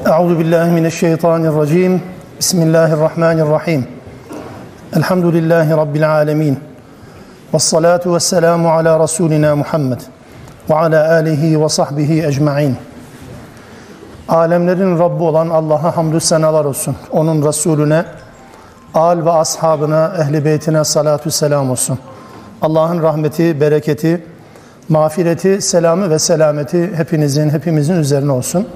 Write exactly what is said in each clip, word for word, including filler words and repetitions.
Euzu billahi mineşşeytanirracim. Bismillahirrahmanirrahim. Elhamdülillahi rabbil alamin. Ves salatu vesselamu ala rasulina Muhammed ve ala alihi ve sahbihi ecmaîn. Alemlerin Rabbi olan Allah'a hamdü senalar olsun. Onun Resulüne, âl ve ashabına, ehl-i beytine salatu selam olsun. Allah'ın rahmeti, bereketi, mağfireti, selamı ve selameti hepinizin, hepimizin üzerine olsun.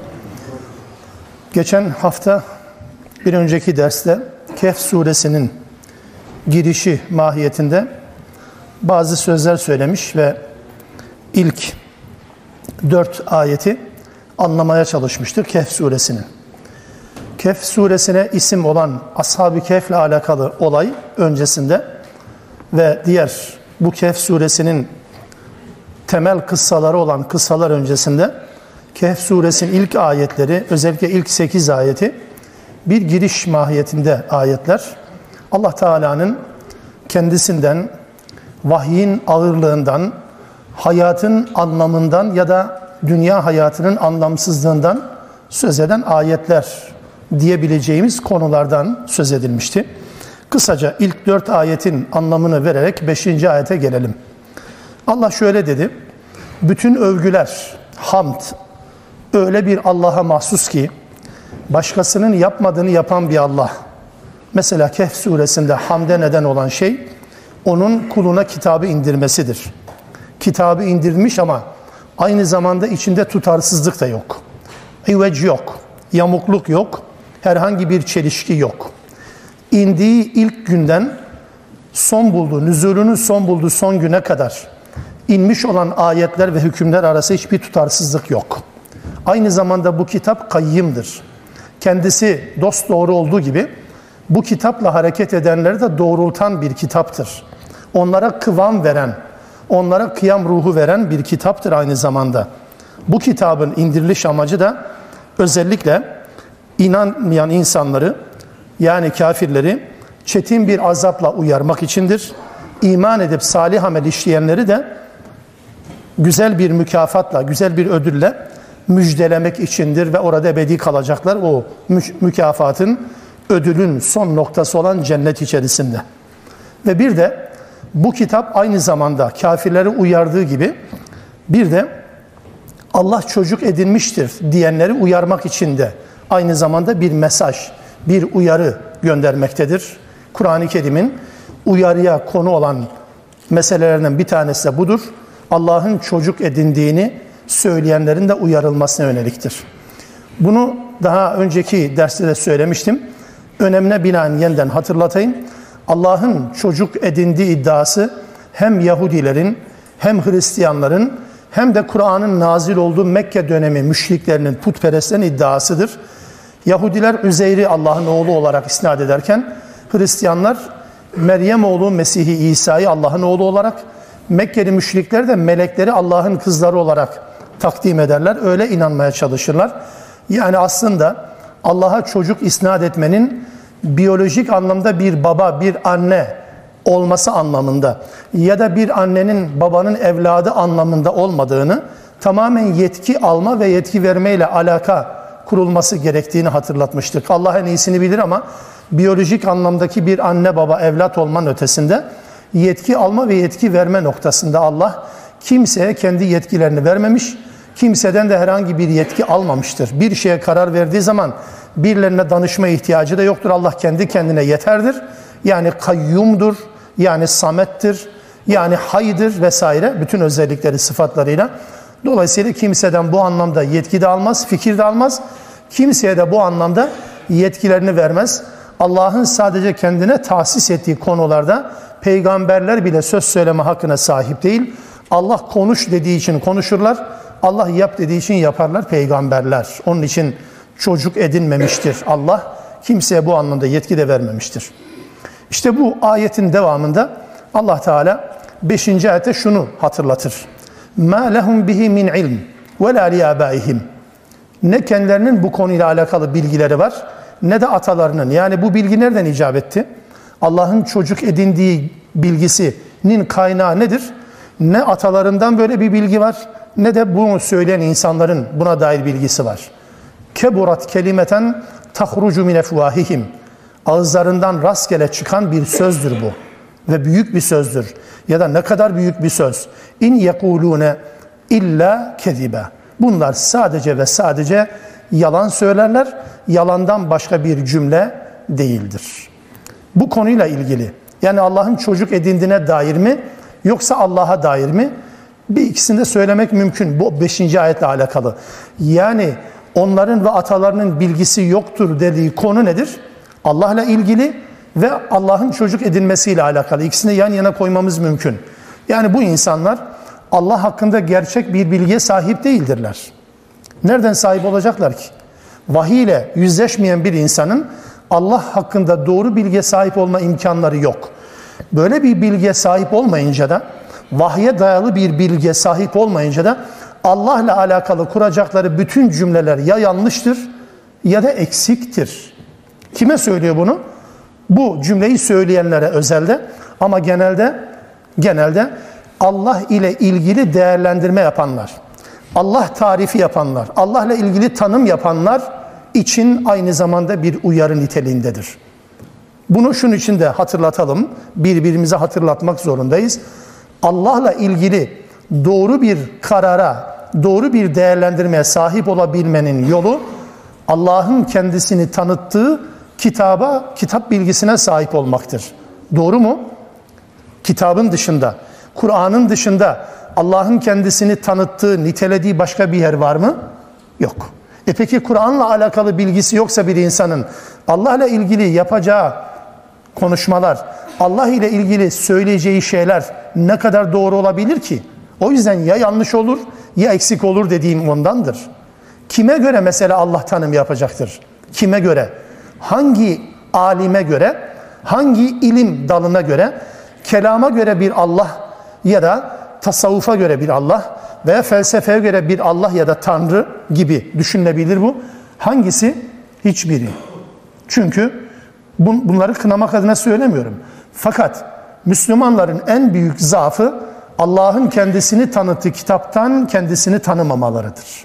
Geçen hafta bir önceki derste Kehf suresinin girişi mahiyetinde bazı sözler söylemiş ve ilk dört ayeti anlamaya çalışmıştık Kehf suresinin. Kehf suresine isim olan Ashab-ı Kehf'le alakalı olay öncesinde ve diğer bu Kehf suresinin temel kıssaları olan kıssalar öncesinde Kehf suresinin ilk ayetleri, özellikle ilk sekiz ayeti bir giriş mahiyetinde ayetler. Allah Teala'nın kendisinden, vahyin ağırlığından, hayatın anlamından ya da dünya hayatının anlamsızlığından söz eden ayetler diyebileceğimiz konulardan söz edilmişti. Kısaca ilk dört ayetin anlamını vererek beşinci ayete gelelim. Allah şöyle dedi: bütün övgüler, hamd öyle bir Allah'a mahsus ki başkasının yapmadığını yapan bir Allah. Mesela Kehf suresinde hamde neden olan şey onun kuluna kitabı indirmesidir. Kitabı indirmiş ama aynı zamanda içinde tutarsızlık da yok. İveç yok, yamukluk yok, herhangi bir çelişki yok. İndiği ilk günden son bulduğu, nüzulünün son bulduğu son güne kadar inmiş olan ayetler ve hükümler arası hiçbir tutarsızlık yok. Aynı zamanda bu kitap kayyımdır. Kendisi dosdoğru olduğu gibi bu kitapla hareket edenleri de doğrultan bir kitaptır. Onlara kıvam veren, onlara kıyam ruhu veren bir kitaptır aynı zamanda. Bu kitabın indiriliş amacı da özellikle inanmayan insanları, yani kafirleri çetin bir azapla uyarmak içindir. İman edip salih amel işleyenleri de güzel bir mükafatla, güzel bir ödülle müjdelemek içindir ve orada ebedi kalacaklar o mü- mükafatın, ödülün son noktası olan cennet içerisinde. Ve bir de bu kitap aynı zamanda kafirleri uyardığı gibi bir de Allah çocuk edinmiştir diyenleri uyarmak için de aynı zamanda bir mesaj, bir uyarı göndermektedir. Kur'an-ı Kerim'in uyarıya konu olan meselelerinden bir tanesi de budur. Allah'ın çocuk edindiğini söyleyenlerin de uyarılmasına yöneliktir. Bunu daha önceki derste de söylemiştim. Önemine binaen yeniden hatırlatayım. Allah'ın çocuk edindiği iddiası hem Yahudilerin hem Hristiyanların hem de Kur'an'ın nazil olduğu Mekke dönemi müşriklerinin, putperestlerin iddiasıdır. Yahudiler Üzeyr'i Allah'ın oğlu olarak isnat ederken Hristiyanlar Meryem oğlu Mesih-i İsa'yı Allah'ın oğlu olarak, Mekkeli müşrikler de melekleri Allah'ın kızları olarak takdim ederler. Öyle inanmaya çalışırlar. Yani aslında Allah'a çocuk isnat etmenin biyolojik anlamda bir baba, bir anne olması anlamında ya da bir annenin babanın evladı anlamında olmadığını, tamamen yetki alma ve yetki vermeyle alaka kurulması gerektiğini hatırlatmıştık. Allah en iyisini bilir ama biyolojik anlamdaki bir anne baba evlat olmanın ötesinde yetki alma ve yetki verme noktasında Allah kimseye kendi yetkilerini vermemiş, kimseden de herhangi bir yetki almamıştır. Bir şeye karar verdiği zaman birilerine danışma ihtiyacı da yoktur. Allah kendi kendine yeterdir. Yani kayyumdur, yani samettir, yani haydır vesaire, bütün özellikleri sıfatlarıyla. Dolayısıyla kimseden bu anlamda yetki de almaz, fikir de almaz. Kimseye de bu anlamda yetkilerini vermez. Allah'ın sadece kendine tahsis ettiği konularda peygamberler bile söz söyleme hakkına sahip değil. Allah konuş dediği için konuşurlar. Allah yap dediği için yaparlar peygamberler. Onun için çocuk edinmemiştir Allah. Kimseye bu anlamda yetki de vermemiştir. İşte bu ayetin devamında Allah Teala beşinci ayette şunu hatırlatır. مَا لَهُمْ بِهِ مِنْ عِلْمٍ وَلَا لِيَابَائِهِمْ. Ne kendilerinin bu konuyla alakalı bilgileri var, ne de atalarının. Yani bu bilgi nereden icap etti? Allah'ın çocuk edindiği bilgisinin kaynağı nedir? Ne atalarından böyle bir bilgi var, ne de bunu söyleyen insanların buna dair bilgisi var. keburat kelimeten tahrucu min efvahihim. Ağızlarından rastgele çıkan bir sözdür bu. Ve büyük bir sözdür. Ya da ne kadar büyük bir söz. İn yekulune illa kezibe. Bunlar sadece ve sadece yalan söylerler. Yalandan başka bir cümle değildir. Bu konuyla ilgili, yani Allah'ın çocuk edindiğine dair mi yoksa Allah'a dair mi? Bir ikisini de söylemek mümkün. Bu beşinci ayetle alakalı. Yani onların ve atalarının bilgisi yoktur dediği konu nedir? Allah'la ilgili ve Allah'ın çocuk edinmesiyle alakalı. İkisini yan yana koymamız mümkün. Yani bu insanlar Allah hakkında gerçek bir bilgiye sahip değildirler. Nereden sahip olacaklar ki? Vahiy ile yüzleşmeyen bir insanın Allah hakkında doğru bilgiye sahip olma imkanları yok. Böyle bir bilgiye sahip olmayınca da, vahye dayalı bir bilgiye sahip olmayınca da Allah'la alakalı kuracakları bütün cümleler ya yanlıştır ya da eksiktir. Kime söylüyor bunu? Bu cümleyi söyleyenlere özelde, ama genelde genelde Allah ile ilgili değerlendirme yapanlar, Allah tarifi yapanlar, Allah'la ilgili tanım yapanlar için aynı zamanda bir uyarı niteliğindedir. Bunu şunun için de hatırlatalım, birbirimize hatırlatmak zorundayız. Allah'la ilgili doğru bir karara, doğru bir değerlendirmeye sahip olabilmenin yolu, Allah'ın kendisini tanıttığı kitaba, kitap bilgisine sahip olmaktır. Doğru mu? Kitabın dışında, Kur'an'ın dışında Allah'ın kendisini tanıttığı, nitelediği başka bir yer var mı? Yok. E peki Kur'an'la alakalı bilgisi yoksa bir insanın Allah'la ilgili yapacağı konuşmalar, Allah ile ilgili söyleyeceği şeyler ne kadar doğru olabilir ki? O yüzden ya yanlış olur ya eksik olur dediğim ondandır. Kime göre mesela Allah tanım yapacaktır? Kime göre? Hangi alime göre? Hangi ilim dalına göre? Kelama göre bir Allah ya da tasavvufa göre bir Allah veya felsefeye göre bir Allah ya da Tanrı gibi düşünülebilir bu. Hangisi? Hiçbiri. Çünkü bunları kınamak adına söylemiyorum. Fakat Müslümanların en büyük zaafı Allah'ın kendisini tanıttığı kitaptan kendisini tanımamalarıdır.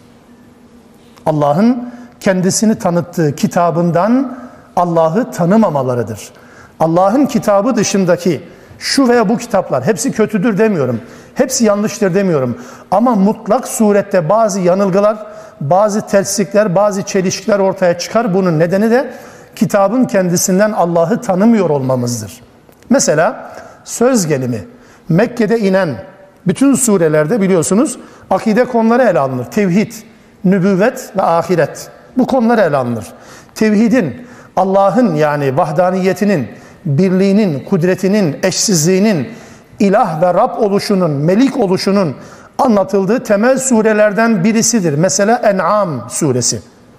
Allah'ın kendisini tanıttığı kitabından Allah'ı tanımamalarıdır. Allah'ın kitabı dışındaki şu veya bu kitaplar, hepsi kötüdür demiyorum, hepsi yanlıştır demiyorum. Ama mutlak surette bazı yanılgılar, bazı terslikler, bazı çelişkiler ortaya çıkar. Bunun nedeni de kitabın kendisinden Allah'ı tanımıyor olmamızdır. Mesela söz gelimi, Mekke'de inen bütün surelerde biliyorsunuz akide konuları ele alınır. Tevhid, nübüvvet ve ahiret. Bu konular ele alınır. Tevhidin, Allah'ın yani vahdaniyetinin, birliğinin, kudretinin, eşsizliğinin, ilah ve Rab oluşunun, melik oluşunun anlatıldığı temel surelerden birisidir. Mesela En'am suresi.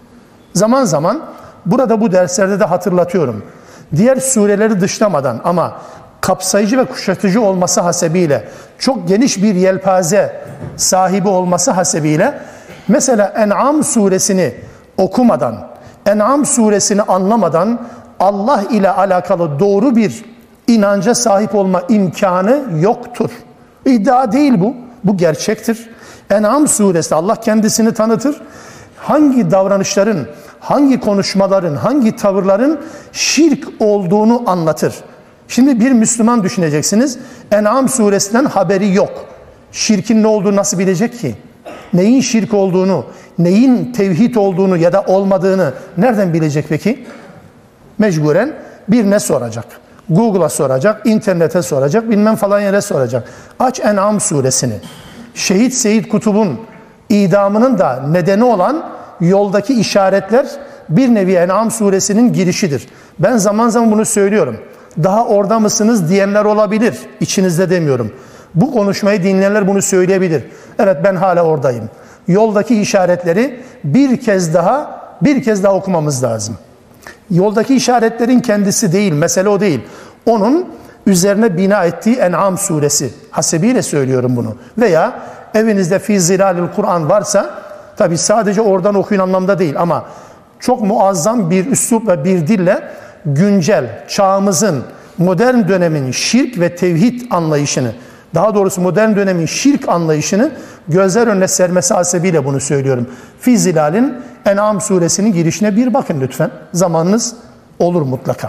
Zaman zaman burada bu derslerde de hatırlatıyorum. Diğer sureleri dışlamadan ama kapsayıcı ve kuşatıcı olması hasebiyle, çok geniş bir yelpaze sahibi olması hasebiyle, mesela En'am suresini okumadan, En'am suresini anlamadan Allah ile alakalı doğru bir inanca sahip olma imkanı yoktur. İddia değil bu, bu gerçektir. En'am suresi Allah kendisini tanıtır. Hangi davranışların, hangi konuşmaların, hangi tavırların şirk olduğunu anlatır. Şimdi bir Müslüman düşüneceksiniz, En'am suresinden haberi yok. Şirkin ne olduğunu nasıl bilecek ki? Neyin şirk olduğunu, neyin tevhid olduğunu ya da olmadığını nereden bilecek peki? Mecburen birine soracak. Google'a soracak, internete soracak, bilmem falan yere soracak. Aç En'am suresini. Şehit Seyyid Kutub'un idamının da nedeni olan yoldaki işaretler bir nevi En'am suresinin girişidir. Ben zaman zaman bunu söylüyorum. Daha orada mısınız diyenler olabilir. İçinizde demiyorum. Bu konuşmayı dinleyenler bunu söyleyebilir. Evet, ben hala oradayım. Yoldaki işaretleri bir kez daha, bir kez daha okumamız lazım. Yoldaki işaretlerin kendisi değil, mesele o değil. Onun üzerine bina ettiği En'am suresi hasebiyle söylüyorum bunu. Veya evinizde Fî Zilâlil Kur'an varsa, tabi sadece oradan okuyun anlamda değil ama çok muazzam bir üslup ve bir dille güncel, çağımızın, modern dönemin şirk ve tevhid anlayışını daha doğrusu modern dönemin şirk anlayışını gözler önüne sermesi hasebiyle bunu söylüyorum. Fi Zilal'in En'am suresinin girişine bir bakın lütfen. Zamanınız olur mutlaka.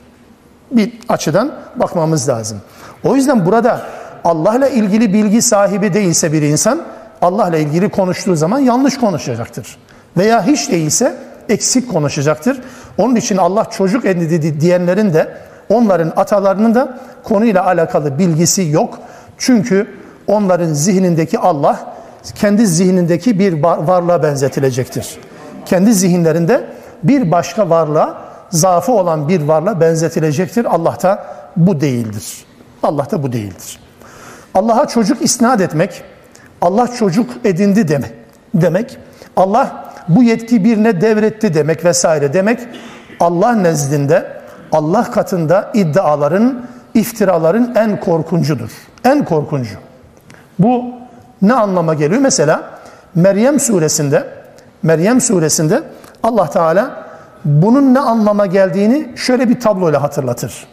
Bir açıdan bakmamız lazım. O yüzden burada Allah'la ilgili bilgi sahibi değilse bir insan, Allah'la ilgili konuştuğu zaman yanlış konuşacaktır. Veya hiç değilse eksik konuşacaktır. Onun için Allah çocuk edindi diyenlerin de, onların atalarının da konuyla alakalı bilgisi yok. Çünkü onların zihnindeki Allah kendi zihnindeki bir varlığa benzetilecektir. Kendi zihinlerinde bir başka varlığa, zaafı olan bir varlığa benzetilecektir. Allah da bu değildir. Allah da bu değildir. Allah'a çocuk isnat etmek, Allah çocuk edindi demek, demek, Allah bu yetki birine devretti demek vesaire demek, Allah nezdinde, Allah katında iddiaların, iftiraların en korkuncudur. En korkuncu. Bu ne anlama geliyor? Mesela Meryem suresinde, Meryem suresinde Allah Teala bunun ne anlama geldiğini şöyle bir tabloyla hatırlatır.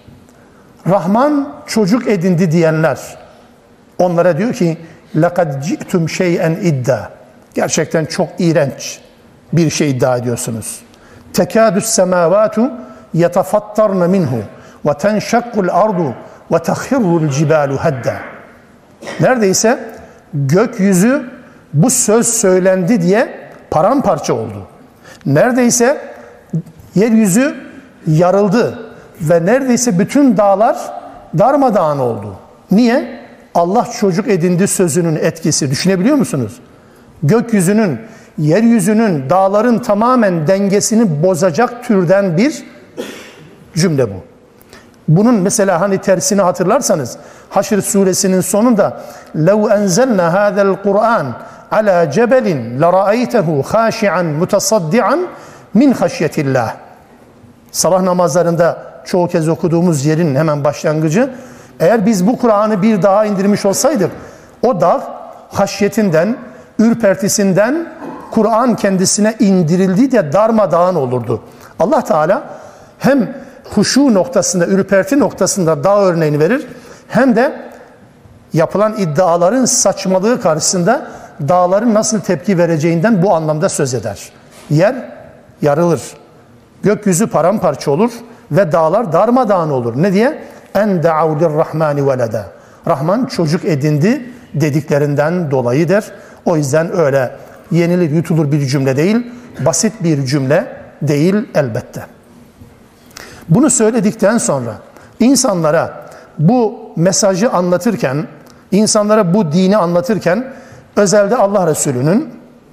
Rahman çocuk edindi diyenler, onlara diyor ki لَقَدْ جِئْتُمْ شَيْئًا اِدَّا. Gerçekten çok iğrenç bir şey iddia ediyorsunuz. تَكَادُ السَّمَاوَاتُ يَتَفَطَّرْنَ مِنْهُ وَتَنْشَقُّ الْأَرْضُ وَتَخِرُّ الْجِبَالُ هَدَّا. Neredeyse gökyüzü bu söz söylendi diye paramparça oldu. Neredeyse yeryüzü yarıldı ve neredeyse bütün dağlar darmadağın oldu. Niye? Allah çocuk edindi sözünün etkisi. Düşünebiliyor musunuz? Gökyüzünün, yeryüzünün, dağların tamamen dengesini bozacak türden bir cümle bu. Bunun mesela hani tersini hatırlarsanız Haşr suresinin sonunda لَوْ أَنْزَلْنَا هَذَا الْقُرْآنِ عَلَى جَبَلٍ لَرَأَيْتَهُ خَاشِعًا مُتَصَدِّعًا مِنْ خَشْيَةِ اللّٰهِ. Sabah namazlarında çoğu kez okuduğumuz yerin hemen başlangıcı, eğer biz bu Kur'an'ı bir dağa indirmiş olsaydık, o dağ haşyetinden, ürpertisinden Kur'an kendisine indirildiği de darmadağın olurdu. Allah Teala hem huşu noktasında, ürperti noktasında dağ örneğini verir, hem de yapılan iddiaların saçmalığı karşısında dağların nasıl tepki vereceğinden bu anlamda söz eder. Yer yarılır, gökyüzü paramparça olur ve dağlar darmadağın olur. Ne diye? En da'u lirrahmani veleda. Rahman çocuk edindi dediklerinden dolayıdır. O yüzden öyle yenilir yutulur bir cümle değil, basit bir cümle değil elbette. Bunu söyledikten sonra insanlara bu mesajı anlatırken, insanlara bu dini anlatırken özelde Allah Resulü'nün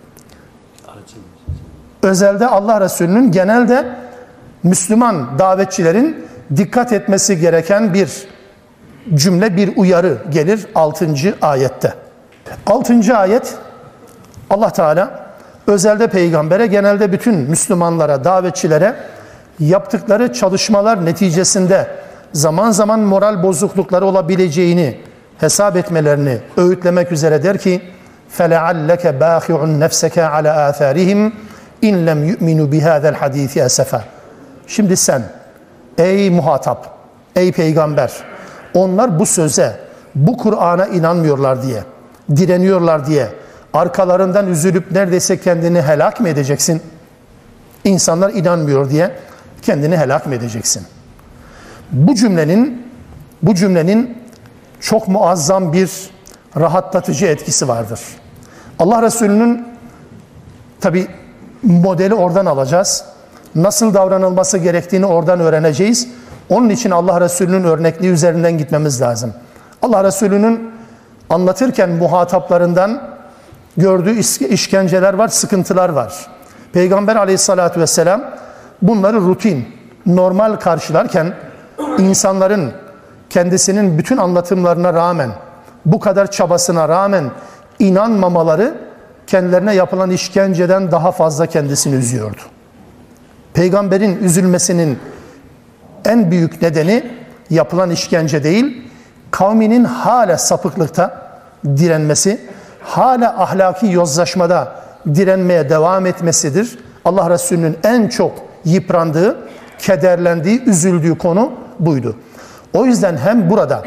özelde Allah Resulü'nün genelde Müslüman davetçilerin dikkat etmesi gereken bir cümle, bir uyarı gelir altıncı ayette. altıncı ayet Allah Teala özelde peygambere, genelde bütün Müslümanlara, davetçilere yaptıkları çalışmalar neticesinde zaman zaman moral bozuklukları olabileceğini hesap etmelerini öğütlemek üzere der ki فَلَعَلَّكَ بَاخِعُنْ نَفْسَكَ عَلَى آثَارِهِمْ اِنْ لَمْ يُؤْمِنُوا بِهَذَا الْحَد۪يثِ أَسَفًا. Şimdi sen ey muhatap, ey peygamber, onlar bu söze, bu Kur'an'a inanmıyorlar diye, direniyorlar diye arkalarından üzülüp neredeyse kendini helak mı edeceksin? İnsanlar inanmıyor diye kendini helak mı edeceksin? Bu cümlenin bu cümlenin çok muazzam bir rahatlatıcı etkisi vardır. Allah Resulü'nün tabi modeli oradan alacağız. Nasıl davranılması gerektiğini oradan öğreneceğiz. Onun için Allah Resulü'nün örnekliği üzerinden gitmemiz lazım. Allah Resulü'nün anlatırken muhataplarından gördüğü işkenceler var, sıkıntılar var. Peygamber aleyhissalatü vesselam bunları rutin, normal karşılarken insanların kendisinin bütün anlatımlarına rağmen, bu kadar çabasına rağmen inanmamaları kendilerine yapılan işkenceden daha fazla kendisini üzüyordu. Peygamberin üzülmesinin en büyük nedeni yapılan işkence değil, kavminin hala sapıklıkta direnmesi, hala ahlaki yozlaşmada direnmeye devam etmesidir. Allah Resulü'nün en çok yıprandığı, kederlendiği, üzüldüğü konu buydu. O yüzden hem burada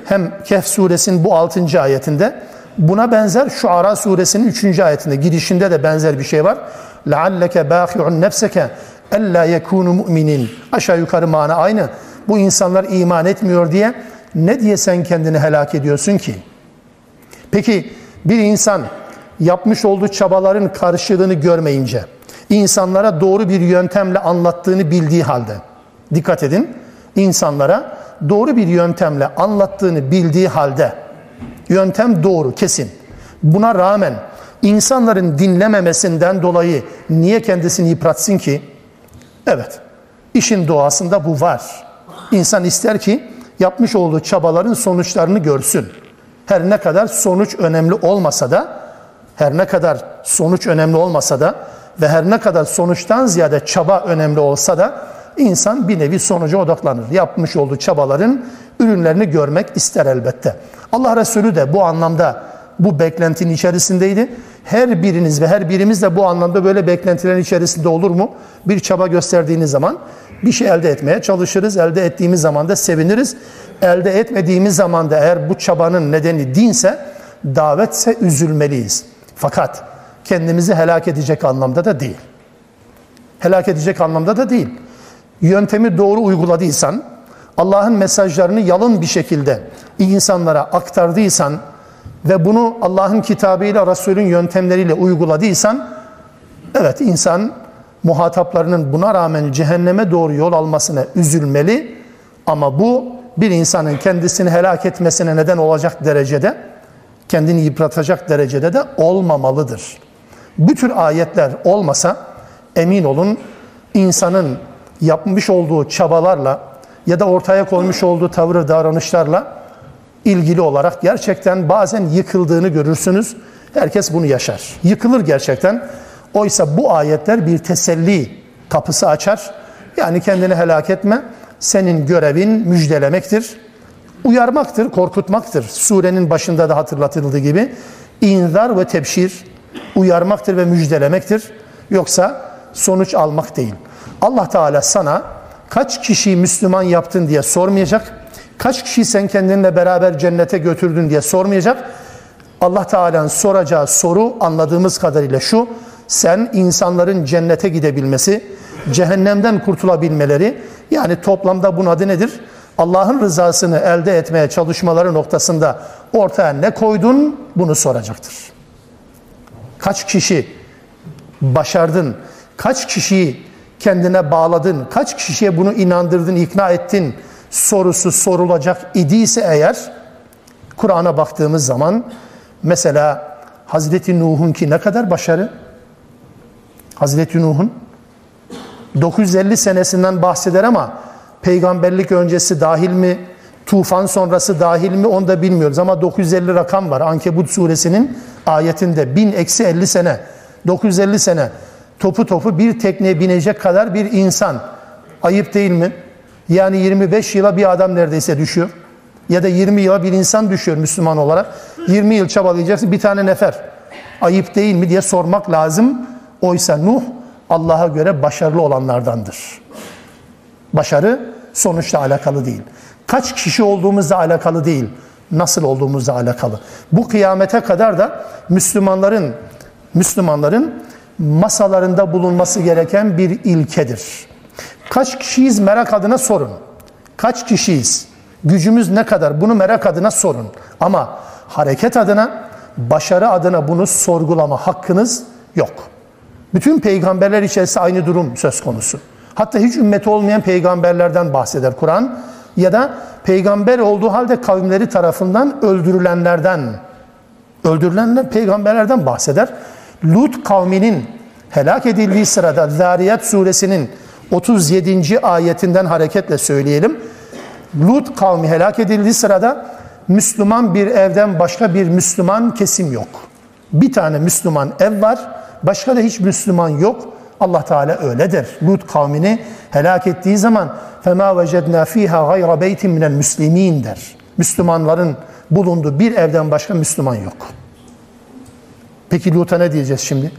hem Kehf suresinin bu altıncı ayetinde, buna benzer Şuara suresinin üçüncü ayetinde, girişinde de benzer bir şey var. لَعَلَّكَ بَاخِعُنْ نَفْسَكَ اَلَّا يَكُونُ مُؤْمِنِينَ. Aşağı yukarı mana aynı. Bu insanlar iman etmiyor diye ne diye sen kendini helak ediyorsun ki? Peki bir insan yapmış olduğu çabaların karşılığını görmeyince, insanlara doğru bir yöntemle anlattığını bildiği halde, dikkat edin, insanlara doğru bir yöntemle anlattığını bildiği halde, yöntem doğru, kesin. Buna rağmen insanların dinlememesinden dolayı niye kendisini yıpratsın ki? Evet, işin doğasında bu var. İnsan ister ki yapmış olduğu çabaların sonuçlarını görsün. Her ne kadar sonuç önemli olmasa da, her ne kadar sonuç önemli olmasa da ve her ne kadar sonuçtan ziyade çaba önemli olsa da insan bir nevi sonuca odaklanır. Yapmış olduğu çabaların ürünlerini görmek ister elbette. Allah Resulü de bu anlamda bu beklentinin içerisindeydi. Her biriniz ve her birimiz de bu anlamda böyle beklentilerin içerisinde olur mu? Bir çaba gösterdiğiniz zaman bir şey elde etmeye çalışırız. Elde ettiğimiz zaman da seviniriz. Elde etmediğimiz zaman da eğer bu çabanın nedeni dinse, davetse üzülmeliyiz. Fakat kendimizi helak edecek anlamda da değil. Helak edecek anlamda da değil. Yöntemi doğru uyguladıysan, Allah'ın mesajlarını yalın bir şekilde insanlara aktardıysan ve bunu Allah'ın kitabıyla, Resul'ün yöntemleriyle uyguladıysan, evet, insan muhataplarının buna rağmen cehenneme doğru yol almasına üzülmeli, ama bu bir insanın kendisini helak etmesine neden olacak derecede, kendini yıpratacak derecede de olmamalıdır. Bu tür ayetler olmasa emin olun insanın yapmış olduğu çabalarla ya da ortaya koymuş olduğu tavır davranışlarla ilgili olarak gerçekten bazen yıkıldığını görürsünüz. Herkes bunu yaşar. Yıkılır gerçekten. Oysa bu ayetler bir teselli kapısı açar. Yani kendini helak etme. Senin görevin müjdelemektir. Uyarmaktır, korkutmaktır. Surenin başında da hatırlatıldığı gibi inzar ve tebşir, uyarmaktır ve müjdelemektir. Yoksa sonuç almak değil. Allah Teala sana kaç kişiyi Müslüman yaptın diye sormayacak. Kaç kişiyi sen kendinle beraber cennete götürdün diye sormayacak. Allah Teala'nın soracağı soru anladığımız kadarıyla şu: sen insanların cennete gidebilmesi, cehennemden kurtulabilmeleri, yani toplamda bunun adı nedir? Allah'ın rızasını elde etmeye çalışmaları noktasında ortaya ne koydun? Bunu soracaktır. Kaç kişi başardın? Kaç kişiyi kendine bağladın? Kaç kişiye bunu inandırdın, ikna ettin? Sorusu sorulacak idiyse eğer, Kur'an'a baktığımız zaman mesela Hazreti Nuh'un ki ne kadar başarı? Hazreti Nuh'un dokuz yüz elli senesinden bahseder ama peygamberlik öncesi dahil mi, tufan sonrası dahil mi onu da bilmiyoruz. Ama dokuz yüz elli rakam var. Ankebut suresinin ayetinde bin eksi elli sene, dokuz yüz elli sene topu topu bir tekneye binecek kadar bir insan. Ayıp değil mi? Yani yirmi beş yıla bir adam neredeyse düşüyor. Ya da yirmi yıla bir insan düşüyor Müslüman olarak. yirmi yıl çabalayacaksın bir tane nefer. Ayıp değil mi diye sormak lazım. Oysa Nuh Allah'a göre başarılı olanlardandır. Başarı sonuçla alakalı değil. Kaç kişi olduğumuzla alakalı değil. Nasıl olduğumuzla alakalı. Bu kıyamete kadar da Müslümanların Müslümanların masalarında bulunması gereken bir ilkedir. Kaç kişiyiz merak adına sorun. Kaç kişiyiz? Gücümüz ne kadar? Bunu merak adına sorun. Ama hareket adına, başarı adına bunu sorgulama hakkınız yok. Bütün peygamberler içerisinde aynı durum söz konusu. Hatta hiç ümmeti olmayan peygamberlerden bahseder Kur'an. Ya da peygamber olduğu halde kavimleri tarafından öldürülenlerden, öldürülenler peygamberlerden bahseder. Lut kavminin helak edildiği sırada Zariyat suresinin otuz yedinci ayetinden hareketle söyleyelim. Lut kavmi helak edildiği sırada Müslüman bir evden başka bir Müslüman kesim yok. Bir tane Müslüman ev var, başka da hiç Müslüman yok. Allah Teala öyledir. Lut kavmini helak ettiği zaman فَمَا وَجَدْنَا ف۪يهَا غَيْرَ بَيْتٍ مِنَ الْمُسْلِم۪ينَ der. Müslümanların bulunduğu bir evden başka Müslüman yok. Peki Lut'a ne diyeceğiz şimdi?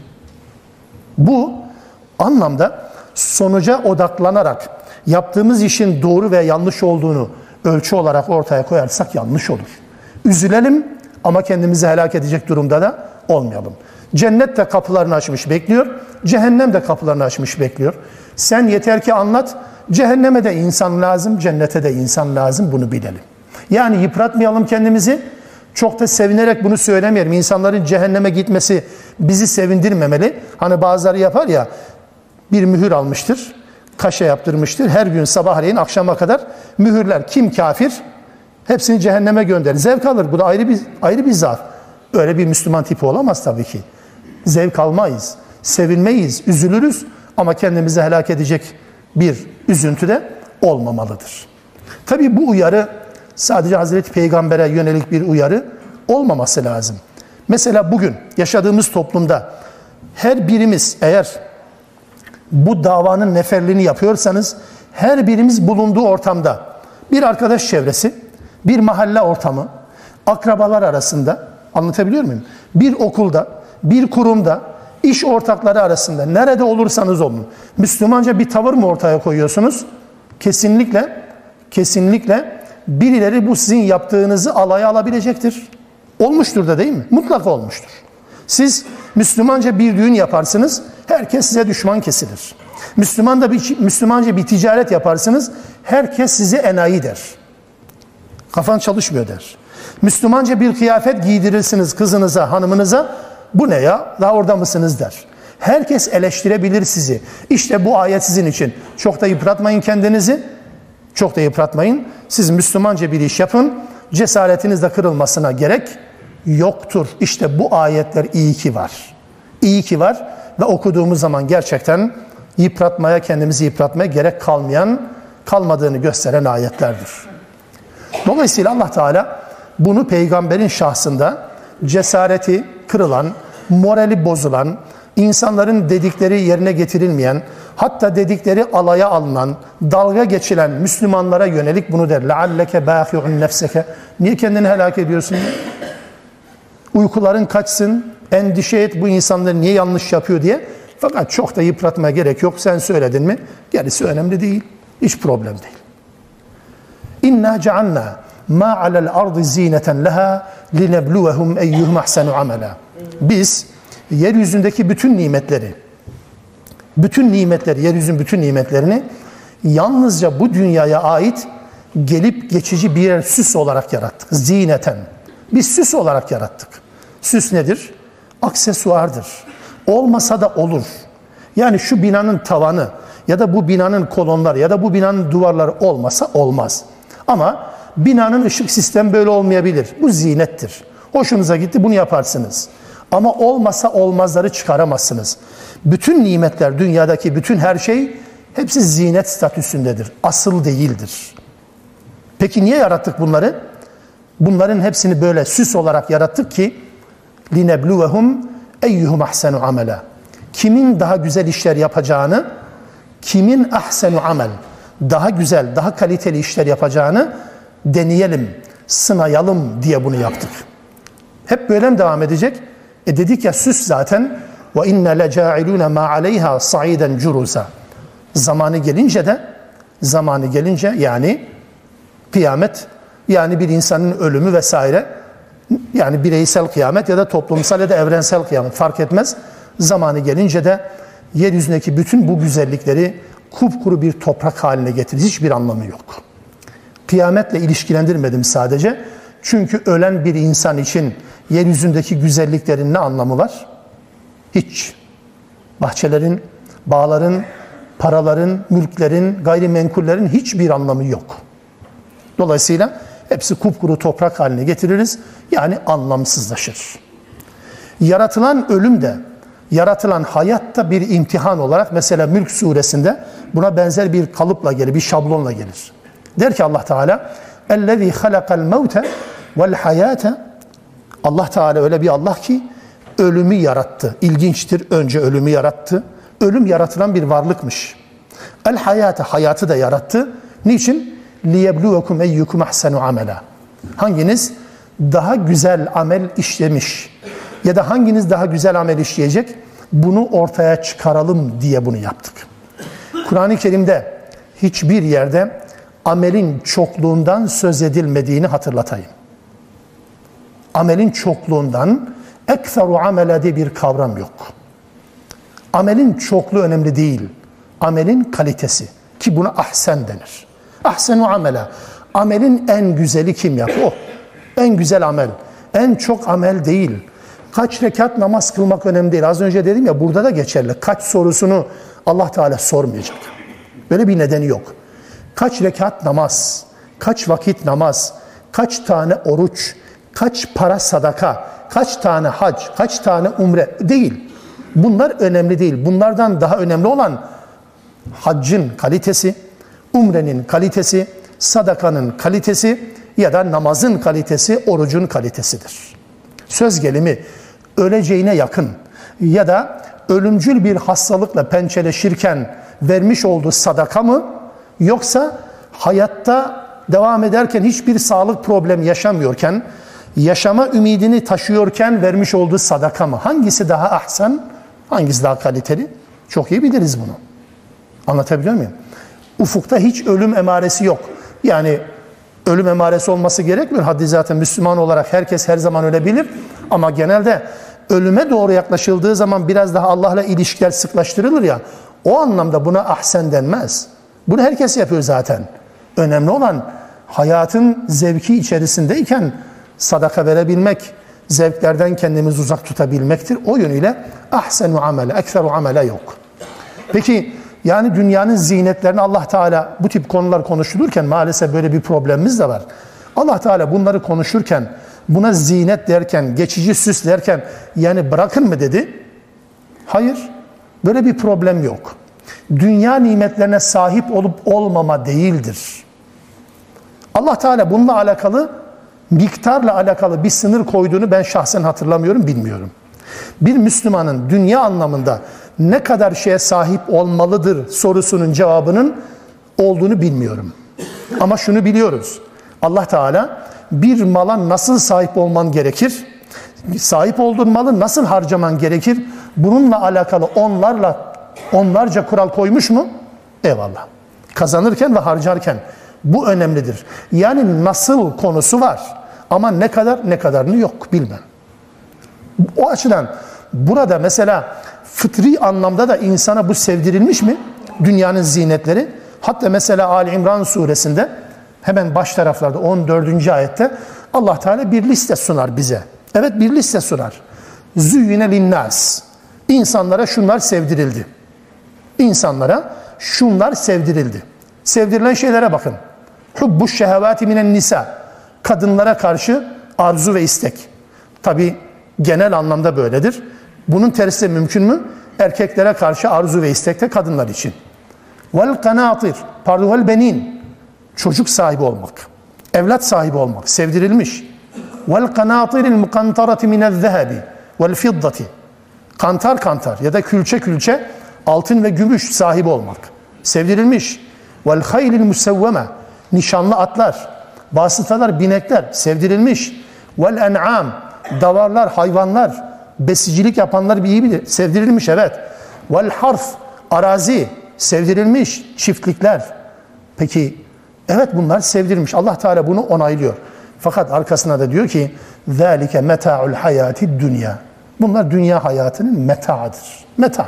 Bu anlamda sonuca odaklanarak yaptığımız işin doğru ve yanlış olduğunu ölçü olarak ortaya koyarsak yanlış olur. Üzülelim ama kendimizi helak edecek durumda da olmayalım. Cennet de kapılarını açmış bekliyor, cehennem de kapılarını açmış bekliyor. Sen yeter ki anlat, cehenneme de insan lazım, cennete de insan lazım, bunu bilelim. Yani yıpratmayalım kendimizi, çok da sevinerek bunu söylemeyelim. İnsanların cehenneme gitmesi bizi sevindirmemeli. Hani bazıları yapar ya, bir mühür almıştır, kaşe yaptırmıştır, her gün sabahleyin akşama kadar mühürler. Kim kafir? Hepsini cehenneme gönderir. Zevk alır. Bu da ayrı bir ayrı bir zaf. Öyle bir Müslüman tipi olamaz tabii ki. Zevk almayız, sevinmeyiz, üzülürüz ama kendimizi helak edecek bir üzüntü de olmamalıdır. Tabii bu uyarı sadece Hazreti Peygamber'e yönelik bir uyarı olmaması lazım. Mesela bugün yaşadığımız toplumda her birimiz eğer bu davanın neferliğini yapıyorsanız her birimiz bulunduğu ortamda bir arkadaş çevresi, bir mahalle ortamı, akrabalar arasında, anlatabiliyor muyum? Bir okulda, bir kurumda, iş ortakları arasında nerede olursanız olun Müslümanca bir tavır mı ortaya koyuyorsunuz? Kesinlikle, kesinlikle birileri bu sizin yaptığınızı alaya alabilecektir. Olmuştur da değil mi? Mutlaka olmuştur. Siz Müslümanca bir düğün yaparsınız, herkes size düşman kesilir. Müslüman da bir, Müslümanca bir ticaret yaparsınız, herkes size enayi der. Kafan çalışmıyor der. Müslümanca bir kıyafet giydirirsiniz kızınıza, hanımınıza, bu ne ya, daha orada mısınız der. Herkes eleştirebilir sizi. İşte bu ayet sizin için. Çok da yıpratmayın kendinizi, çok da yıpratmayın. Siz Müslümanca bir iş yapın, cesaretiniz de kırılmasına gerek yoktur. İşte bu ayetler iyi ki var. İyi ki var ve okuduğumuz zaman gerçekten yıpratmaya, kendimizi yıpratmaya gerek kalmayan, kalmadığını gösteren ayetlerdir. Dolayısıyla Allah Teala bunu peygamberin şahsında cesareti kırılan, morali bozulan, insanların dedikleri yerine getirilmeyen, hatta dedikleri alaya alınan, dalga geçilen Müslümanlara yönelik bunu der. لَعَلَّكَ بَاخِعُنْ نَفْسَكَ Niye kendini helak ediyorsun? Uykuların kaçsın, endişe et bu insanlar niye yanlış yapıyor diye. Fakat çok da yıpratmaya gerek yok. Sen söyledin mi? Gerisi önemli değil. Hiç problem değil. İnna cealna ma alel ardı zineten leha linebluwehum eyyuhum ahsenu amela. Biz yeryüzündeki bütün nimetleri, bütün nimetleri, yeryüzünün bütün nimetlerini yalnızca bu dünyaya ait gelip geçici birer süs olarak yarattık. Zineten. Biz süs olarak yarattık. Süs nedir? Aksesuardır. Olmasa da olur. Yani şu binanın tavanı ya da bu binanın kolonları ya da bu binanın duvarları olmasa olmaz. Ama binanın ışık sistemi böyle olmayabilir. Bu zinettir. Hoşunuza gitti, bunu yaparsınız. Ama olmasa olmazları çıkaramazsınız. Bütün nimetler, dünyadaki bütün her şey hepsi zinet statüsündedir. Asıl değildir. Peki niye yarattık bunları? Bunların hepsini böyle süs olarak yarattık ki لِنَبْلُوَهُمْ اَيُّهُمْ اَحْسَنُ عَمَلًا Kimin daha güzel işler yapacağını, kimin ahsenu amel, daha güzel, daha kaliteli işler yapacağını deneyelim, sınayalım diye bunu yaptık. Hep böyle mi devam edecek? E dedik ya süs zaten وَاِنَّ لَجَاعِلُونَ مَا عَلَيْهَا صَعِيدًا جُرُوزًا Zamanı gelince de, zamanı gelince yani kıyamet, yani bir insanın ölümü vesaire, yani bireysel kıyamet ya da toplumsal ya da evrensel kıyamet fark etmez. Zamanı gelince de yeryüzündeki bütün bu güzellikleri kupkuru bir toprak haline getirir. Hiçbir anlamı yok. Kıyametle ilişkilendirmedim sadece. Çünkü ölen bir insan için yeryüzündeki güzelliklerin ne anlamı var? Hiç. Bahçelerin, bağların, paraların, mülklerin, gayrimenkullerin hiçbir anlamı yok. Dolayısıyla hepsi kupkuru toprak haline getiririz. Yani anlamsızlaşır. Yaratılan ölüm de, yaratılan hayat da bir imtihan olarak mesela Mülk suresinde buna benzer bir kalıpla gelir, bir şablonla gelir. Der ki Allah Teala اَلَّذ۪ي خَلَقَ الْمَوْتَ وَالْحَيَاةَ Allah Teala öyle bir Allah ki ölümü yarattı. İlginçtir, önce ölümü yarattı. Ölüm yaratılan bir varlıkmış. El hayatı, hayatı da yarattı. Niçin? لِيَبْلُوَكُمْ اَيُّكُمْ اَحْسَنُ عَمَلًا Hanginiz daha güzel amel işlemiş ya da hanginiz daha güzel amel işleyecek, bunu ortaya çıkaralım diye bunu yaptık. Kur'an-ı Kerim'de hiçbir yerde amelin çokluğundan söz edilmediğini hatırlatayım. Amelin çokluğundan, ekferu amele diye bir kavram yok. Amelin çokluğu önemli değil. Amelin kalitesi, ki buna ahsen denir. Ahsenu amele. Amelin en güzeli kim yaptı? O. En güzel amel. En çok amel değil. Kaç rekat namaz kılmak önemli değil. Az önce dedim ya, burada da geçerli. Kaç sorusunu Allah Teala sormayacak. Böyle bir nedeni yok. Kaç rekat namaz, kaç vakit namaz, kaç tane oruç, kaç para sadaka, kaç tane hac, kaç tane umre değil. Bunlar önemli değil. Bunlardan daha önemli olan haccın kalitesi, umrenin kalitesi, sadakanın kalitesi ya da namazın kalitesi, orucun kalitesidir. Söz gelimi öleceğine yakın ya da ölümcül bir hastalıkla pençeleşirken vermiş olduğu sadaka mı, yoksa hayatta devam ederken hiçbir sağlık problemi yaşamıyorken, yaşama ümidini taşıyorken vermiş olduğu sadaka mı? Hangisi daha ahsen, hangisi daha kaliteli? Çok iyi biliriz bunu. Anlatabiliyor muyum? Ufukta hiç ölüm emaresi yok. Yani ölüm emaresi olması gerekmiyor. Haddi zaten Müslüman olarak herkes her zaman ölebilir. Ama genelde ölüme doğru yaklaşıldığı zaman biraz daha Allah'la ilişkiler sıklaştırılır ya. O anlamda buna ahsen denmez. Bunu herkes yapıyor zaten. Önemli olan hayatın zevki içerisindeyken sadaka verebilmek, zevklerden kendimizi uzak tutabilmektir. O yönüyle ahsenu amele, ekferu amele yok. Peki yani dünyanın zinetlerini Allah Teala, bu tip konular konuşulurken maalesef böyle bir problemimiz de var. Allah Teala bunları konuşurken, buna zinet derken, geçici süs derken yani bırakın mı dedi? Hayır. Böyle bir problem yok. Dünya nimetlerine sahip olup olmama değildir. Allah Teala bununla alakalı, miktarla alakalı bir sınır koyduğunu ben şahsen hatırlamıyorum, bilmiyorum. Bir Müslümanın dünya anlamında ne kadar şeye sahip olmalıdır sorusunun cevabının olduğunu bilmiyorum. Ama şunu biliyoruz. Allah Teala bir mala nasıl sahip olman gerekir? Sahip olduğun malı nasıl harcaman gerekir? Bununla alakalı onlarla onlarca kural koymuş mu? Eyvallah. Kazanırken ve harcarken bu önemlidir. Yani nasıl konusu var. Ama ne kadar ne kadarını yok bilmem. O açıdan burada mesela fıtri anlamda da insana bu sevdirilmiş mi? Dünyanın zinetleri. Hatta mesela Ali İmran suresinde hemen baş taraflarda on dördüncü ayette Allah Teala bir liste sunar bize. Evet, bir liste sunar. Züyyine linnâs. İnsanlara şunlar sevdirildi. İnsanlara şunlar sevdirildi. Sevdirilen şeylere bakın. Hubbuş şehevâti minen nisa. Kadınlara karşı arzu ve istek. Tabi genel anlamda böyledir. Bunun tersi de mümkün mü? Erkeklere karşı arzu ve istek de kadınlar için. Vel kanâtir. Pardon, vel benin. Çocuk sahibi olmak. Evlat sahibi olmak. Sevdirilmiş. Vel kanâtiril mukantarati minel zehebi. Vel fiddati. Kantar kantar ya da külçe külçe altın ve gümüş sahibi olmak. Sevdirilmiş. Vel haylil musevveme. Nişanlı atlar, vasıtalar, binekler sevdirilmiş. Vel en'am. Davarlar, hayvanlar, besicilik yapanlar bir iyi bilir. Sevdirilmiş, evet. Vel harf. Arazi. Sevdirilmiş. Çiftlikler. Peki, evet bunlar sevdirilmiş. Allah Teala bunu onaylıyor. Fakat arkasına da diyor ki ذَٰلِكَ مَتَاعُ الْحَيَاتِ dünya. Bunlar dünya hayatının metaadır. Meta.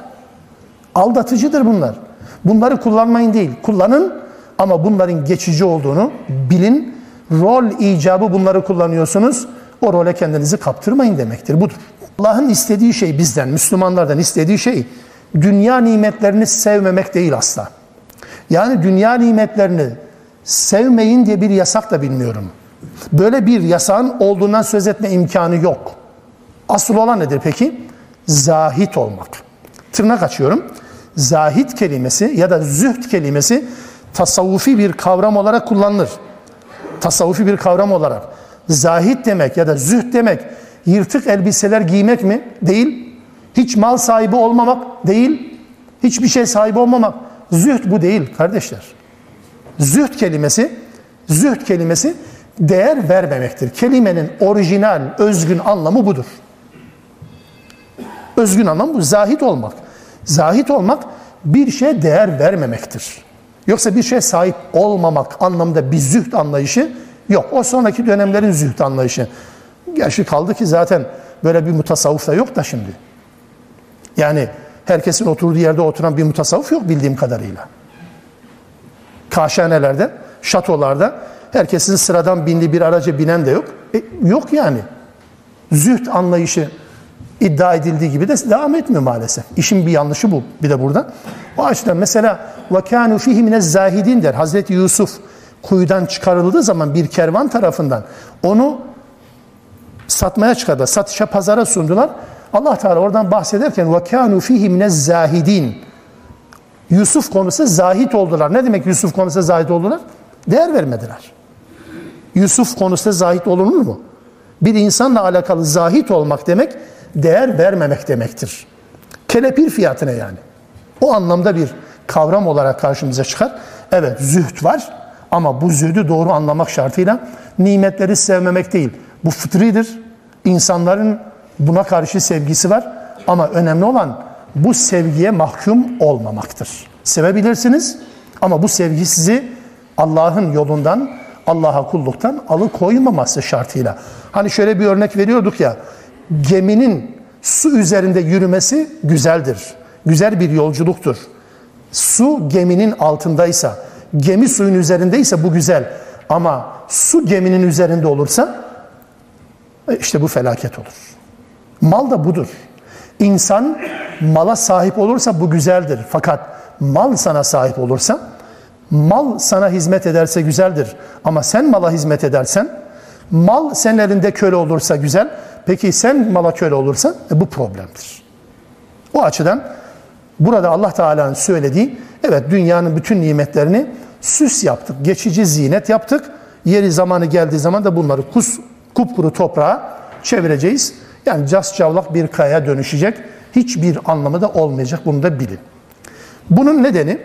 Aldatıcıdır bunlar. Bunları kullanmayın değil. Kullanın ama bunların geçici olduğunu bilin. Rol icabı bunları kullanıyorsunuz. O role kendinizi kaptırmayın demektir. Budur. Allah'ın istediği şey bizden, Müslümanlardan istediği şey dünya nimetlerini sevmemek değil asla. Yani dünya nimetlerini sevmeyin diye bir yasak da bilmiyorum. Böyle bir yasağın olduğundan söz etme imkanı yok. Asıl olan nedir peki? Zahit olmak. Tırnak açıyorum. Zahit kelimesi ya da zühd kelimesi tasavvufi bir kavram olarak kullanılır. Tasavvufi bir kavram olarak. Zahit demek ya da zühd demek yırtık elbiseler giymek mi? Değil. Hiç mal sahibi olmamak değil. Hiçbir şey sahibi olmamak. Zühd bu değil kardeşler. Zühd kelimesi, zühd kelimesi değer vermemektir. Kelimenin orijinal, özgün anlamı budur. Özgün anlamı bu. Zahit olmak. Zahit olmak bir şeye değer vermemektir. Yoksa bir şeye sahip olmamak anlamında bir zühd anlayışı yok. O sonraki dönemlerin zühd anlayışı. Gerçi kaldı ki zaten böyle bir mutasavvuf da yok da şimdi. Yani herkesin oturduğu yerde oturan bir mutasavvuf yok bildiğim kadarıyla. Kaşhanelerde, şatolarda herkesin sıradan bindiği bir araca binen de yok. E, yok yani. Zühd anlayışı iddia edildiği gibi de devam etmiyor maalesef. İşin bir yanlışı bu bir de burada. O açıdan mesela وَكَانُوا فِيهِ مِنَ الزَّاهِدِينَ der. Hazreti Yusuf kuyudan çıkarıldığı zaman bir kervan tarafından onu satmaya çıkardılar. Satışa, pazara sundular. Allah Teala oradan bahsederken وَكَانُوا فِيهِ مِنَ الزَّاهِدِينَ Yusuf konusunda zahit oldular. Ne demek Yusuf konusunda zahit oldular? Değer vermediler. Yusuf konusunda zahit olunur mu? Bir insanla alakalı zahit olmak demek, değer vermemek demektir. Kelepir fiyatına yani. O anlamda bir kavram olarak karşımıza çıkar. Evet, zühd var ama bu zühdü doğru anlamak şartıyla nimetleri sevmemek değil. Bu fıtridir. İnsanların buna karşı sevgisi var ama önemli olan bu sevgiye mahkum olmamaktır. Sevebilirsiniz ama bu sevgi sizi Allah'ın yolundan, Allah'a kulluktan alıkoymaması şartıyla. Hani şöyle bir örnek veriyorduk ya, geminin su üzerinde yürümesi güzeldir. Güzel bir yolculuktur. Su geminin altındaysa, gemi suyun üzerindeyse bu güzel. Ama su geminin üzerinde olursa işte bu felaket olur. Mal da budur. İnsan mala sahip olursa bu güzeldir. Fakat mal sana sahip olursa, mal sana hizmet ederse güzeldir. Ama sen mala hizmet edersen, mal senin elinde köle olursa güzel. Peki sen mala köle olursa e, bu problemdir. O açıdan burada Allah Teala'nın söylediği, evet dünyanın bütün nimetlerini süs yaptık, geçici zinet yaptık. Yeri zamanı geldiği zaman da bunları kus, kupkuru toprağa çevireceğiz. Yani cascavlak bir kayaya dönüşecek. Hiçbir anlamı da olmayacak. Bunu da bilin. Bunun nedeni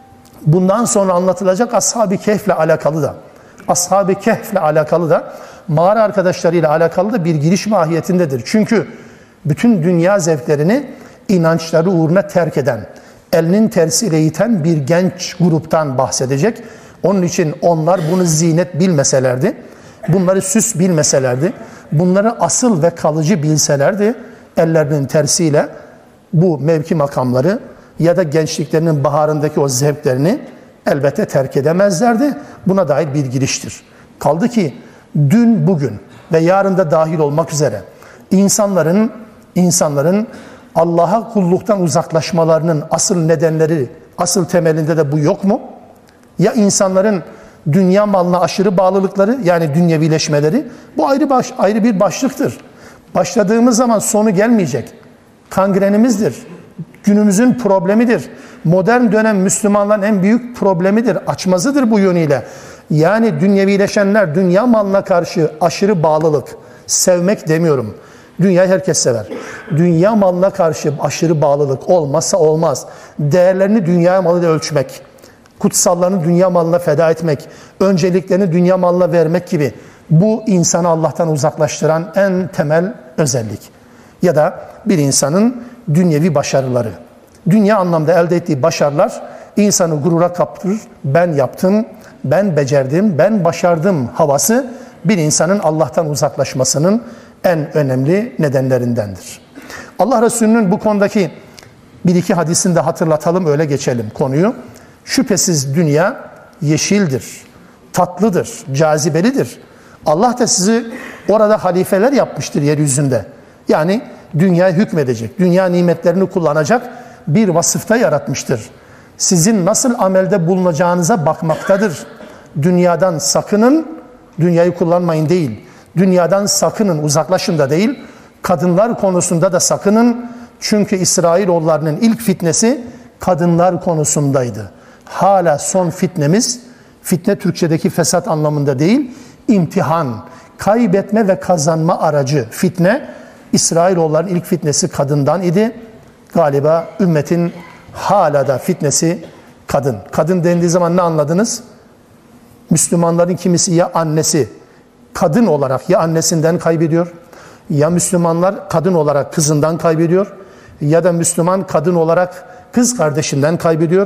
bundan sonra anlatılacak Ashab-ı Kehf'le alakalı da, Ashab-ı Kehf'le alakalı da, mağara arkadaşlarıyla alakalı da bir giriş mahiyetindedir. Çünkü bütün dünya zevklerini inançları uğruna terk eden, elinin tersiyle iten bir genç gruptan bahsedecek. Onun için onlar bunu zinet bilmeselerdi, bunları süs bilmeselerdi, bunları asıl ve kalıcı bilselerdi, ellerinin tersiyle bu mevki makamları ya da gençliklerinin baharındaki o zevklerini elbette terk edemezlerdi. Buna dair bir giriştir. Kaldı ki dün, bugün ve yarın da dahil olmak üzere insanların insanların Allah'a kulluktan uzaklaşmalarının asıl nedenleri, asıl temelinde de bu yok mu? Ya insanların dünya malına aşırı bağlılıkları, yani dünyevileşmeleri, bu ayrı baş, ayrı bir başlıktır. Başladığımız zaman sonu gelmeyecek. Kangrenimizdir. Günümüzün problemidir. Modern dönem Müslümanların en büyük problemidir. Açmazıdır bu yönüyle. Yani dünyevileşenler, dünya malına karşı aşırı bağlılık, sevmek demiyorum. Dünyayı herkes sever. Dünya malına karşı aşırı bağlılık olmazsa olmaz. Değerlerini dünya malıyla ölçmek, kutsallarını dünya malına feda etmek, önceliklerini dünya malına vermek gibi bu insanı Allah'tan uzaklaştıran en temel özellik. Ya da bir insanın dünyevi başarıları. Dünya anlamda elde ettiği başarılar insanı gurura kaptırır. Ben yaptım, ben becerdim, ben başardım havası bir insanın Allah'tan uzaklaşmasının en önemli nedenlerindendir. Allah Resulü'nün bu konudaki bir iki hadisini de hatırlatalım, öyle geçelim konuyu. Şüphesiz dünya yeşildir, tatlıdır, cazibelidir. Allah da sizi orada halifeler yapmıştır yeryüzünde. Yani dünyaya hükmedecek, dünya nimetlerini kullanacak bir vasıfta yaratmıştır. Sizin nasıl amelde bulunacağınıza bakmaktadır. Dünyadan sakının, dünyayı kullanmayın değil. Dünyadan sakının, uzaklaşın da değil. Kadınlar konusunda da sakının. Çünkü İsrailoğullarının ilk fitnesi kadınlar konusundaydı. Hala son fitnemiz, fitne Türkçedeki fesat anlamında değil, imtihan, kaybetme ve kazanma aracı fitne. İsrailoğulların ilk fitnesi kadından idi. Galiba ümmetin hala da fitnesi kadın. Kadın dendiği zaman ne anladınız? Müslümanların kimisi ya annesi kadın olarak ya annesinden kaybediyor, ya Müslümanlar kadın olarak kızından kaybediyor, ya da Müslüman kadın olarak kız kardeşinden kaybediyor.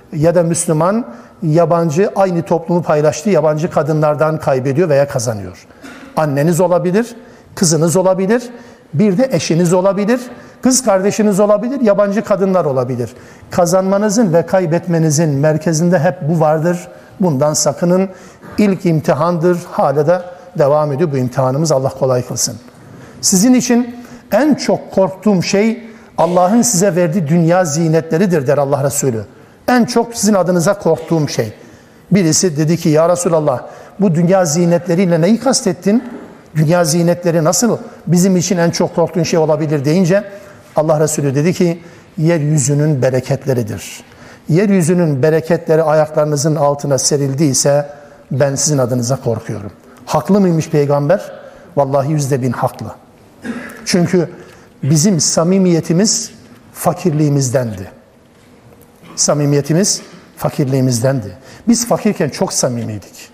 ya da Müslüman yabancı, aynı toplumu paylaştığı yabancı kadınlardan kaybediyor veya kazanıyor. Anneniz olabilir, kızınız olabilir, bir de eşiniz olabilir, kız kardeşiniz olabilir, yabancı kadınlar olabilir. Kazanmanızın ve kaybetmenizin merkezinde hep bu vardır. Bundan sakının. İlk imtihandır. Hala da devam ediyor bu imtihanımız. Allah kolay kılsın. Sizin için en çok korktuğum şey Allah'ın size verdiği dünya zinetleridir der Allah Resulü. En çok sizin adınıza korktuğum şey. Birisi dedi ki ya Resulallah bu dünya zinetleriyle neyi kastettin? Dünya zinetleri nasıl bizim için en çok korktuğun şey olabilir deyince Allah Resulü dedi ki yeryüzünün bereketleridir. Yeryüzünün bereketleri ayaklarınızın altına serildiyse ben sizin adınıza korkuyorum. Haklı mıymış peygamber? Vallahi yüzde bin haklı. Çünkü bizim samimiyetimiz fakirliğimizdendi. Samimiyetimiz fakirliğimizdendi. Biz fakirken çok samimiydik.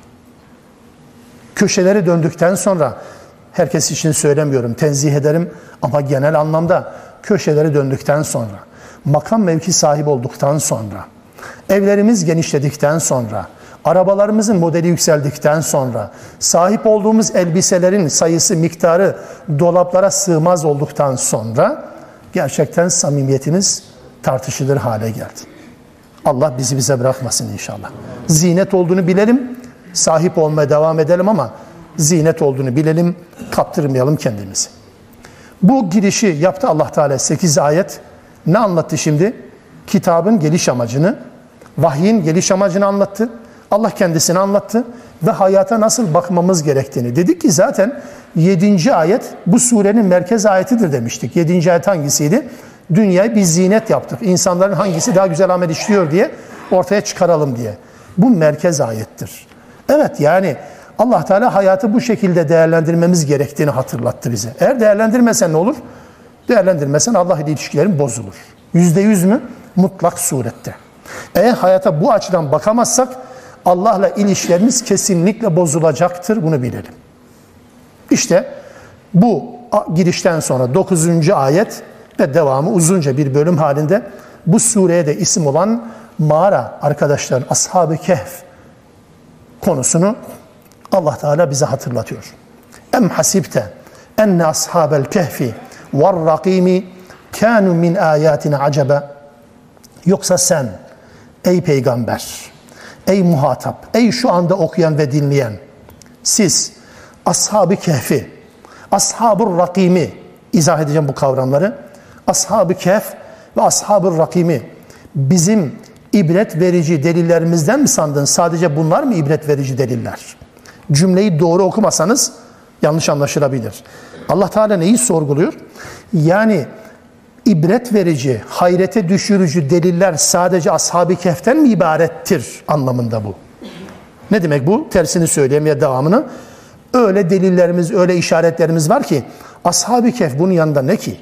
Köşeleri döndükten sonra, herkes için söylemiyorum, tenzih ederim ama genel anlamda köşeleri döndükten sonra, makam mevki sahibi olduktan sonra, evlerimiz genişledikten sonra, arabalarımızın modeli yükseldikten sonra, sahip olduğumuz elbiselerin sayısı, miktarı dolaplara sığmaz olduktan sonra gerçekten samimiyetimiz tartışılır hale geldi. Allah bizi bize bırakmasın inşallah. Zinet olduğunu bilelim, sahip olmaya devam edelim ama zinet olduğunu bilelim, kaptırmayalım kendimizi. Bu girişi yaptı Allah Teala sekiz ayet. Ne anlattı şimdi? Kitabın geliş amacını, vahyin geliş amacını anlattı. Allah kendisini anlattı ve hayata nasıl bakmamız gerektiğini. Dedik ki zaten yedinci ayet bu surenin merkez ayetidir demiştik. yedinci ayet hangisiydi? Dünyayı bir zinet yaptık. İnsanların hangisi daha güzel amel işliyor diye ortaya çıkaralım diye. Bu merkez ayettir. Evet, yani Allah Teala hayatı bu şekilde değerlendirmemiz gerektiğini hatırlattı bize. Eğer değerlendirmesen ne olur? Değerlendirmesen Allah ile ilişkilerin bozulur. Yüzde yüz mü? Mutlak surette. Eğer hayata bu açıdan bakamazsak Allah'la ilişkilerimiz kesinlikle bozulacaktır. Bunu bilelim. İşte bu girişten sonra dokuzuncu ayet ve devamı uzunca bir bölüm halinde bu sureye de isim olan mağara arkadaşların Ashab-ı Kehf konusunu Allah Teala bize hatırlatıyor. Em hasibte enne ashabel kehfi var rakimi kanu min ayatina acaba. Yoksa sen ey peygamber, ey muhatap, ey şu anda okuyan ve dinleyen, siz ashab-ı kehfi, ashab-ı rakimi, izah edeceğim bu kavramları. Ashab-ı kehf ve ashab-ı rakimi bizim ibret verici delillerimizden mi sandın? Sadece bunlar mı ibret verici deliller? Cümleyi doğru okumasanız yanlış anlaşılabilir. Allah Teala neyi sorguluyor? Yani ibret verici, hayrete düşürücü deliller sadece ashab-ı kehften mi ibarettir anlamında bu? Ne demek bu? Tersini söyleyeyim ya devamını. Öyle delillerimiz, öyle işaretlerimiz var ki ashab-ı kehf bunun yanında ne ki?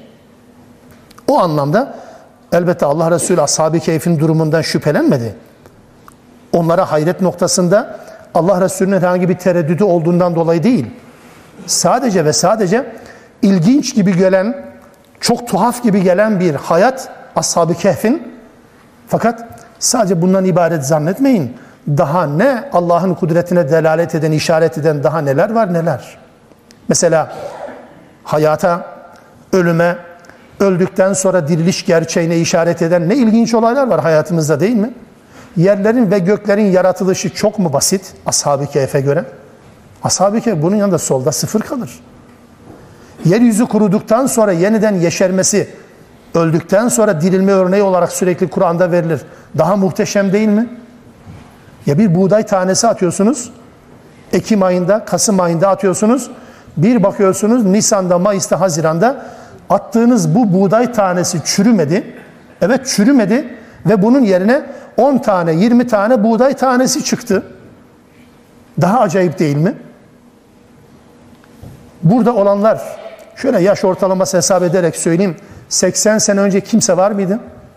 O anlamda elbette Allah Resulü ashab-ı kehfin durumundan şüphelenmedi. Onlara hayret noktasında Allah Resulü'nün herhangi bir tereddüdü olduğundan dolayı değil. Sadece ve sadece ilginç gibi gelen, çok tuhaf gibi gelen bir hayat ashab-ı kehfin. Fakat sadece bundan ibaret zannetmeyin. Daha ne Allah'ın kudretine delalet eden, işaret eden daha neler var neler. Mesela hayata, ölüme, öldükten sonra diriliş gerçeğine işaret eden ne ilginç olaylar var hayatımızda değil mi? Yerlerin ve göklerin yaratılışı çok mu basit ashab-ı kehfe göre? Ashab-ı kehf bunun yanında solda sıfır kalır. Yeryüzü kuruduktan sonra yeniden yeşermesi, öldükten sonra dirilme örneği olarak sürekli Kur'an'da verilir. Daha muhteşem değil mi? Ya bir buğday tanesi atıyorsunuz, Ekim ayında, Kasım ayında atıyorsunuz, bir bakıyorsunuz Nisan'da, Mayıs'ta, Haziran'da attığınız bu buğday tanesi çürümedi. Evet çürümedi ve bunun yerine on tane, yirmi tane buğday tanesi çıktı. Daha acayip değil mi? Burada olanlar, şöyle yaş ortalaması hesap ederek söyleyeyim, seksen sene önce kimse var mıydı?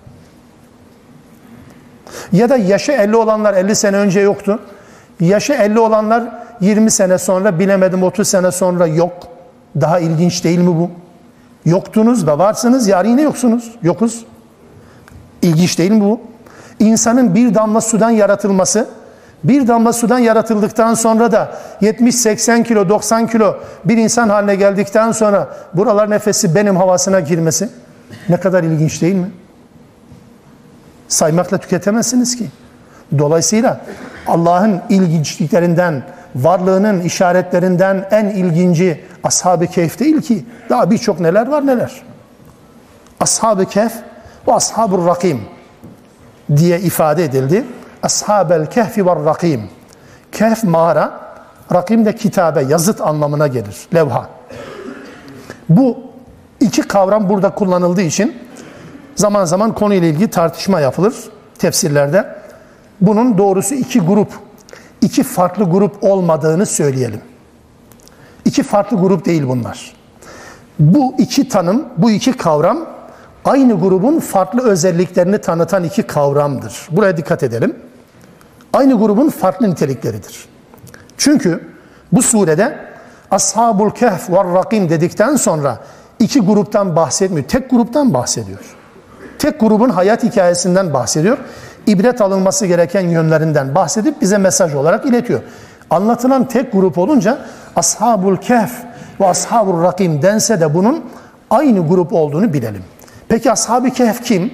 Ya da yaşı elli olanlar elli sene önce yoktu. Yaşı elli olanlar yirmi sene sonra, bilemedim otuz sene sonra yok. Daha ilginç değil mi bu? Yoktunuz da varsınız, yarın yine yoksunuz. Yokuz. İlginç değil mi bu? İnsanın bir damla sudan yaratılması, bir damla sudan yaratıldıktan sonra da yetmiş seksen kilo, doksan kilo bir insan haline geldikten sonra buralar nefesi benim havasına girmesi ne kadar ilginç değil mi? Saymakla tüketemezsiniz ki. Dolayısıyla Allah'ın ilginçliklerinden, varlığının işaretlerinden en ilginci Ashab-ı Kehf değil ki. Daha birçok neler var neler. Ashab-ı Kehf ve Ashab-ı Rakim diye ifade edildi. Ashab- el Kehfi ve Rakim. Kehf mağara, Rakim de kitabe, yazıt anlamına gelir. Levha. Bu iki kavram burada kullanıldığı için zaman zaman konuyla ilgili tartışma yapılır tefsirlerde. Bunun doğrusu iki grup, iki farklı grup olmadığını söyleyelim. İki farklı grup değil bunlar. Bu iki tanım, bu iki kavram aynı grubun farklı özelliklerini tanıtan iki kavramdır. Buraya dikkat edelim. Aynı grubun farklı nitelikleridir. Çünkü bu surede Ashab-ul Kehf ve Rakim dedikten sonra iki gruptan bahsetmiyor. Tek gruptan bahsediyor. Tek grubun hayat hikayesinden bahsediyor. İbret alınması gereken yönlerinden bahsedip bize mesaj olarak iletiyor. Anlatılan tek grup olunca Ashab-ul Kehf ve Ashab-ul Rakim dense de bunun aynı grup olduğunu bilelim. Peki Ashab-ı Kehf kim?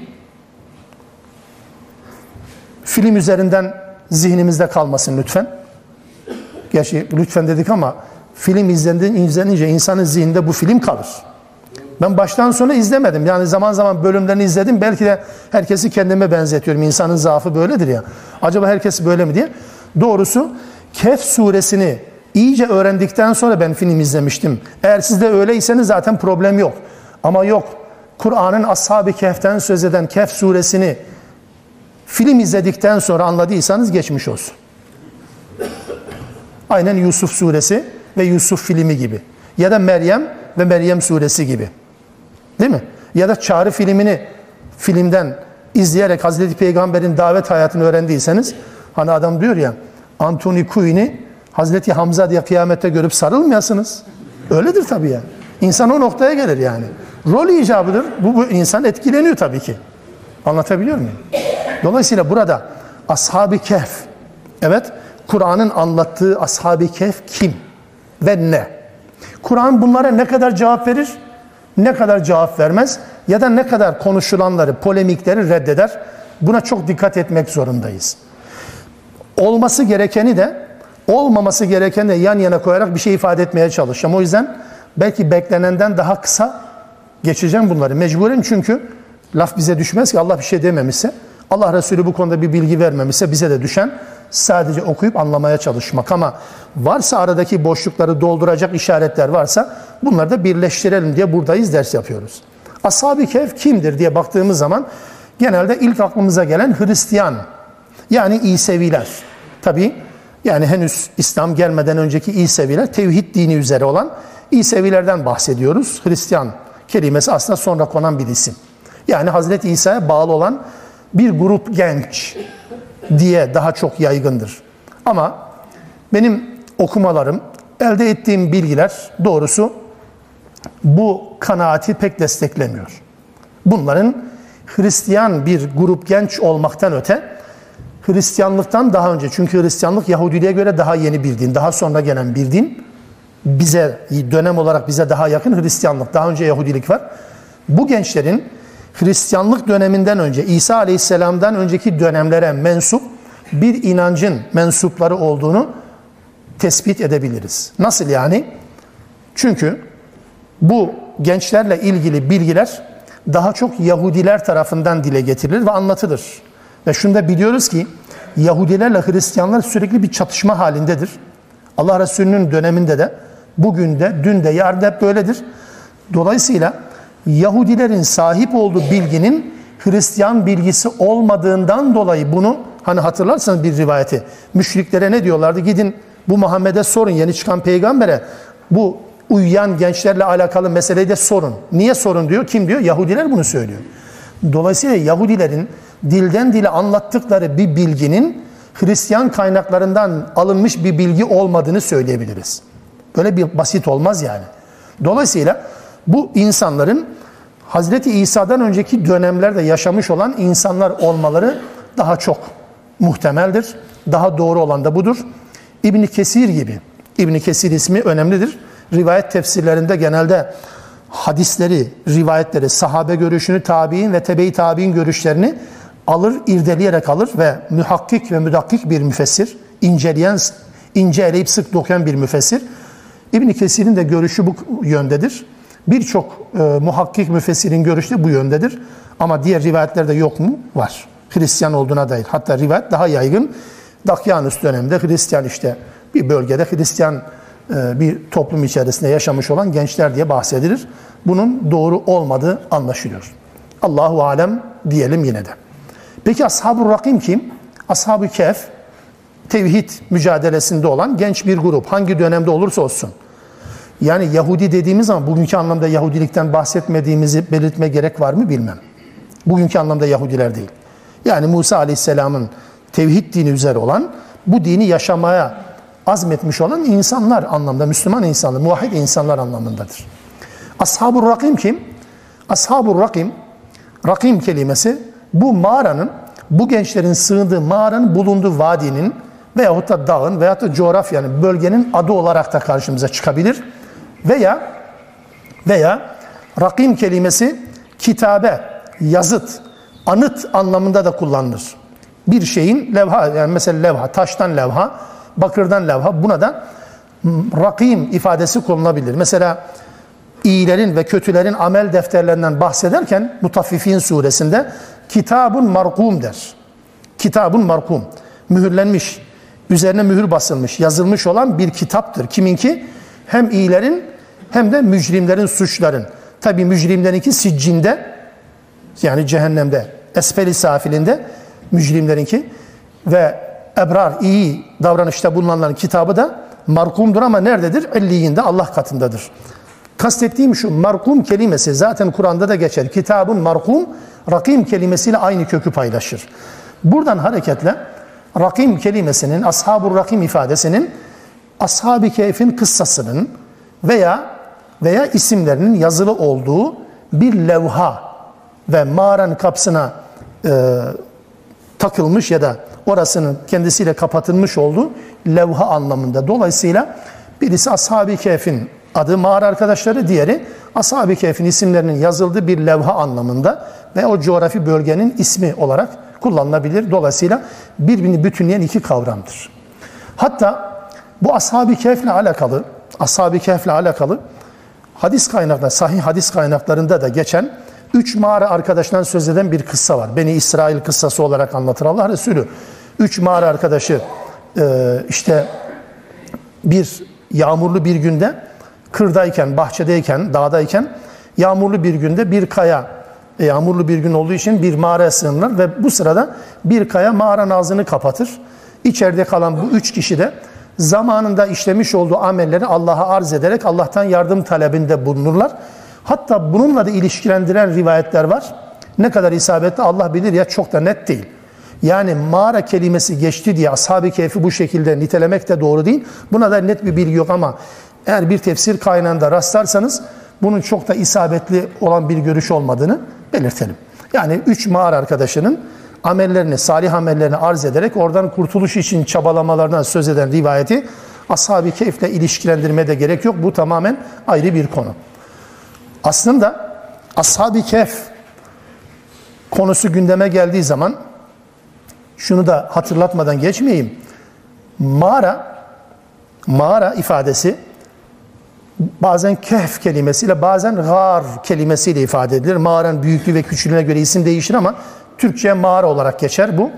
Film üzerinden zihnimizde kalmasın lütfen. Gerçi lütfen dedik ama film izlenince insanın zihninde bu film kalır. Ben baştan sona izlemedim. Yani zaman zaman bölümlerini izledim. Belki de herkesi kendime benzetiyorum. İnsanın zaafı böyledir ya. Acaba herkes böyle mi diye. Doğrusu Kehf suresini iyice öğrendikten sonra ben film izlemiştim. Eğer siz de öyleyseniz zaten problem yok. Ama yok. Kur'an'ın Ashab-ı Kehf'ten söz eden Kehf suresini film izledikten sonra anladıysanız geçmiş olsun. Aynen Yusuf suresi ve Yusuf filmi gibi. Ya da Meryem ve Meryem suresi gibi. Değil mi? Ya da Çağrı filmini filmden izleyerek Hazreti Peygamber'in davet hayatını öğrendiyseniz, hani adam diyor ya, Anthony Quinn'i Hazreti Hamza diye kıyamette görüp sarılmayasınız. Öyledir tabii yani. İnsan o noktaya gelir yani. Rol icabıdır. Bu, bu insan etkileniyor tabii ki. Anlatabiliyor muyum? Dolayısıyla burada Ashab-ı Kehf, evet, Kur'an'ın anlattığı Ashab-ı Kehf kim ve ne? Kur'an bunlara ne kadar cevap verir, ne kadar cevap vermez ya da ne kadar konuşulanları, polemikleri reddeder. Buna çok dikkat etmek zorundayız. Olması gerekeni de, olmaması gerekeni de yan yana koyarak bir şey ifade etmeye çalışacağım. O yüzden belki beklenenden daha kısa geçeceğim bunları. Mecburen, çünkü laf bize düşmez ki, Allah bir şey dememişse, Allah Resulü bu konuda bir bilgi vermemişse bize de düşen sadece okuyup anlamaya çalışmak. Ama varsa aradaki boşlukları dolduracak işaretler varsa bunları da birleştirelim diye buradayız, ders yapıyoruz. Ashab-ı Kehf kimdir diye baktığımız zaman genelde ilk aklımıza gelen Hristiyan, yani İseviler. Tabii yani henüz İslam gelmeden önceki İseviler, tevhid dini üzere olan İsevilerden bahsediyoruz. Hristiyan kelimesi aslında sonra konan bir isim. Yani Hazreti İsa'ya bağlı olan bir grup genç diye daha çok yaygındır. Ama benim okumalarım, elde ettiğim bilgiler doğrusu bu kanaati pek desteklemiyor. Bunların Hristiyan bir grup genç olmaktan öte, Hristiyanlıktan daha önce, çünkü Hristiyanlık Yahudiliğe göre daha yeni bir din, daha sonra gelen bir din. Bize, dönem olarak bize daha yakın Hristiyanlık, daha önce Yahudilik var. Bu gençlerin Hristiyanlık döneminden önce, İsa Aleyhisselam'dan önceki dönemlere mensup bir inancın mensupları olduğunu tespit edebiliriz. Nasıl yani? Çünkü bu gençlerle ilgili bilgiler daha çok Yahudiler tarafından dile getirilir ve anlatılır. Ve şunu da biliyoruz ki Yahudilerle Hristiyanlar sürekli bir çatışma halindedir. Allah Resulü'nün döneminde de, bugün de, dün de, yarın da hep böyledir. Dolayısıyla Yahudilerin sahip olduğu bilginin Hristiyan bilgisi olmadığından dolayı bunu, hani hatırlarsanız bir rivayeti, müşriklere ne diyorlardı? Gidin bu Muhammed'e sorun, yeni çıkan peygambere, bu uyuyan gençlerle alakalı meseleyi de sorun. Niye sorun diyor? Kim diyor? Yahudiler bunu söylüyor. Dolayısıyla Yahudilerin dilden dile anlattıkları bir bilginin Hristiyan kaynaklarından alınmış bir bilgi olmadığını söyleyebiliriz. Böyle bir basit olmaz yani. Dolayısıyla bu insanların Hazreti İsa'dan önceki dönemlerde yaşamış olan insanlar olmaları daha çok muhtemeldir. Daha doğru olan da budur. İbn Kesir gibi, İbn Kesir ismi önemlidir. Rivayet tefsirlerinde genelde hadisleri, rivayetleri, sahabe görüşünü, tabi'in ve tebe-i tabi'in görüşlerini alır, irdeleyerek alır ve mühakkik ve müdakkik bir müfessir, inceleyen, ince eleyip sık dokuyan bir müfessir. İbn Kesir'in de görüşü bu yöndedir. Birçok e, muhakkik müfessirin görüşü de bu yöndedir. Ama diğer rivayetlerde yok mu? Var. Hristiyan olduğuna dair. Hatta rivayet daha yaygın. Dakyanus döneminde Hristiyan, işte bir bölgede Hristiyan e, bir toplum içerisinde yaşamış olan gençler diye bahsedilir. Bunun doğru olmadığı anlaşılıyor. Allahu alem diyelim yine de. Peki Ashab-ı Rakim kim? Ashab-ı Kehf, tevhid mücadelesinde olan genç bir grup. Hangi dönemde olursa olsun. Yani Yahudi dediğimiz zaman bugünkü anlamda Yahudilikten bahsetmediğimizi belirtme gerek var mı bilmem. Bugünkü anlamda Yahudiler değil. Yani Musa Aleyhisselam'ın tevhid dini üzere olan, bu dini yaşamaya azmetmiş olan insanlar anlamda, Müslüman insanlar, muvahhid insanlar anlamındadır. Ashab-ı Rakim kim? Ashab-ı Rakim, Rakim kelimesi bu mağaranın, bu gençlerin sığındığı mağaranın bulunduğu vadinin veyahut da dağın veyahut da coğrafyanın, bölgenin adı olarak da karşımıza çıkabilir. Veya veya Rakim kelimesi kitabe, yazıt, anıt anlamında da kullanılır. Bir şeyin levha, yani mesela levha, taştan levha, bakırdan levha, buna da Rakim ifadesi kullanılabilir. Mesela iyilerin ve kötülerin amel defterlerinden bahsederken Mutaffifin suresinde kitabun markum der. Kitabun markum, mühürlenmiş, üzerine mühür basılmış, yazılmış olan bir kitaptır. Kiminki? Hem iyilerin hem de mücrimlerin, suçların. Tabi mücrimlerinki siccinde, yani cehennemde, esfel-i safilinde mücrimlerinki, ve ebrar, iyi davranışta bulunanların kitabı da markumdur ama nerededir? Elliyinde, Allah katındadır. Kastettiğim şu, markum kelimesi zaten Kur'an'da da geçer. Kitabun markum, Rakim kelimesiyle aynı kökü paylaşır. Buradan hareketle Rakim kelimesinin, Ashab-ı Rakim ifadesinin Ashab-ı Kehf'in kıssasının veya veya isimlerinin yazılı olduğu bir levha ve mağaranın kapısına e, takılmış ya da orasının kendisiyle kapatılmış olduğu levha anlamında. Dolayısıyla birisi Ashab-ı Kehf'in adı, mağara arkadaşları, diğeri Ashab-ı Kehf'in isimlerinin yazıldığı bir levha anlamında ve o coğrafi bölgenin ismi olarak kullanılabilir. Dolayısıyla birbirini bütünleyen iki kavramdır. Hatta bu Ashab-ı Kehf'le alakalı, Ashab-ı Kehf'le alakalı hadis kaynaklarında, sahih hadis kaynaklarında da geçen üç mağara arkadaşından söz eden bir kıssa var. Beni İsrail kıssası olarak anlatır Allah Resulü. Üç mağara arkadaşı işte bir yağmurlu bir günde kırdayken, bahçedeyken, dağdayken yağmurlu bir günde bir kaya, yağmurlu bir gün olduğu için bir mağaraya sığınırlar ve bu sırada bir kaya mağaranın ağzını kapatır. İçeride kalan bu üç kişi de zamanında işlemiş olduğu amelleri Allah'a arz ederek Allah'tan yardım talebinde bulunurlar. Hatta bununla da ilişkilendiren rivayetler var. Ne kadar isabetli Allah bilir ya, çok da net değil. Yani mağara kelimesi geçti diye Ashab-ı Kehf'i bu şekilde nitelemek de doğru değil. Buna da net bir bilgi yok ama eğer bir tefsir kaynağında rastlarsanız bunun çok da isabetli olan bir görüş olmadığını belirtelim. Yani üç mağara arkadaşının amellerini, salih amellerini arz ederek oradan kurtuluş için çabalamalarından söz eden rivayeti Ashab-ı Kehf'le ilişkilendirmeye de gerek yok. Bu tamamen ayrı bir konu. Aslında Ashab-ı Kehf konusu gündeme geldiği zaman şunu da hatırlatmadan geçmeyeyim. Mağara, mağara ifadesi bazen kehf kelimesiyle, bazen gâr kelimesiyle ifade edilir. Mağaranın büyüklüğü ve küçülüğüne göre isim değişir ama Türkçe mağara olarak geçer bu.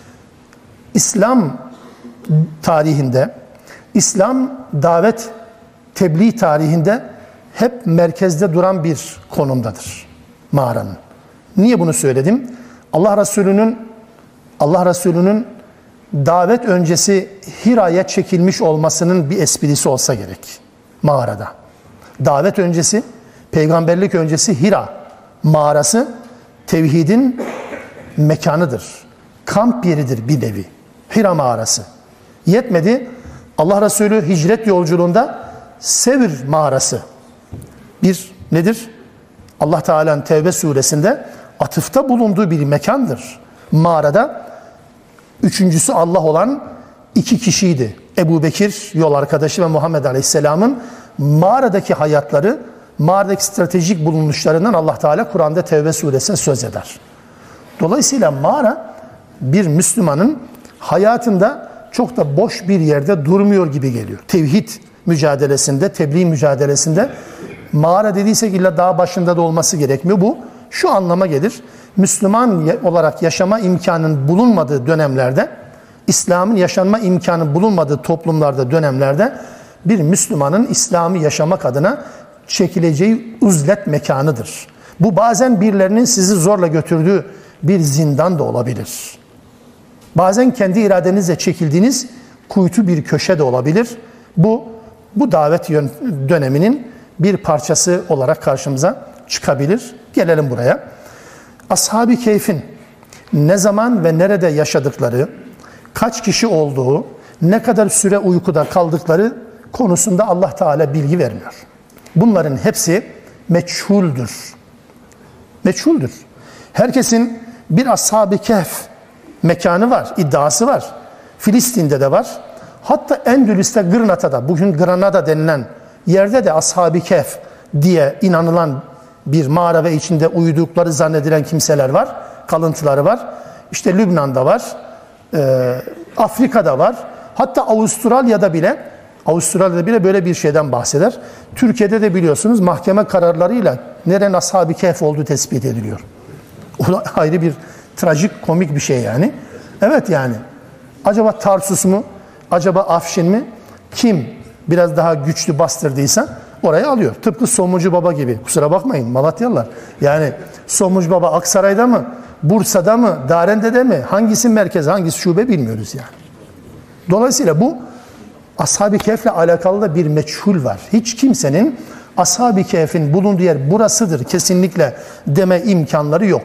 İslam tarihinde, İslam davet tebliğ tarihinde hep merkezde duran bir konumdadır mağaranın. Niye bunu söyledim? Allah Resulü'nün Allah Resulü'nün davet öncesi Hira'ya çekilmiş olmasının bir esprisi olsa gerek mağarada. Davet öncesi, peygamberlik öncesi Hira mağarası tevhidin mekanıdır. Kamp yeridir bir nevi. Hira mağarası. Yetmedi, Allah Resulü hicret yolculuğunda Sevr mağarası. Bir nedir? Allah Teala'nın Tevbe suresinde atıfta bulunduğu bir mekandır. Mağarada Üçüncüsü Allah olan iki kişiydi. Ebu Bekir yol arkadaşı ve Muhammed Aleyhisselam'ın mağaradaki hayatları, mağaradaki stratejik bulunuşlarından Allah Teala Kur'an'da Tevbe suresinde söz eder. Dolayısıyla mağara bir Müslümanın hayatında çok da boş bir yerde durmuyor gibi geliyor. Tevhid mücadelesinde, tebliğ mücadelesinde mağara dediysek illa dağ başında da olması gerekmiyor. Bu şu anlama gelir. Müslüman olarak yaşama imkanının bulunmadığı dönemlerde, İslam'ın yaşanma imkanı bulunmadığı toplumlarda, dönemlerde bir Müslümanın İslam'ı yaşamak adına çekileceği uzlet mekanıdır. Bu bazen birilerinin sizi zorla götürdüğü bir zindan da olabilir. Bazen kendi iradenizle çekildiğiniz kuytu bir köşe de olabilir. Bu, bu davet döneminin bir parçası olarak karşımıza çıkabilir. Gelelim buraya. Ashab-ı Kehf'in ne zaman ve nerede yaşadıkları, kaç kişi olduğu, ne kadar süre uykuda kaldıkları konusunda Allah Teala bilgi vermiyor. Bunların hepsi meçhuldür. Meçhuldür. Herkesin bir Ashab-ı Kehf mekanı var, iddiası var. Filistin'de de var. Hatta Endülüs'te, Gırnata'da, bugün Granada denilen yerde de Ashab-ı Kehf diye inanılan bir mağara ve içinde uyudukları zannedilen kimseler var. Kalıntıları var. İşte Lübnan'da var. E, Afrika'da var. Hatta Avustralya'da bile Avustralya'da bile böyle bir şeyden bahseder. Türkiye'de de biliyorsunuz mahkeme kararlarıyla nerenin Ashab-ı Kehf olduğu tespit ediliyor. O da ayrı bir trajik, komik bir şey yani. Evet yani. Acaba Tarsus mu? Acaba Afşin mi? Kim biraz daha güçlü bastırdıysa oraya alıyor. Tıpkı Somuncu Baba gibi. Kusura bakmayın Malatyalılar. Yani Somuncu Baba Aksaray'da mı? Bursa'da mı? Darende'de mi? Hangisi merkez, hangisi şube bilmiyoruz yani. Dolayısıyla bu Ashab-ı Kehf'le alakalı da bir meçhul var. Hiç kimsenin Ashab-ı Kehf'in bulunduğu yer burasıdır kesinlikle deme imkanları yok.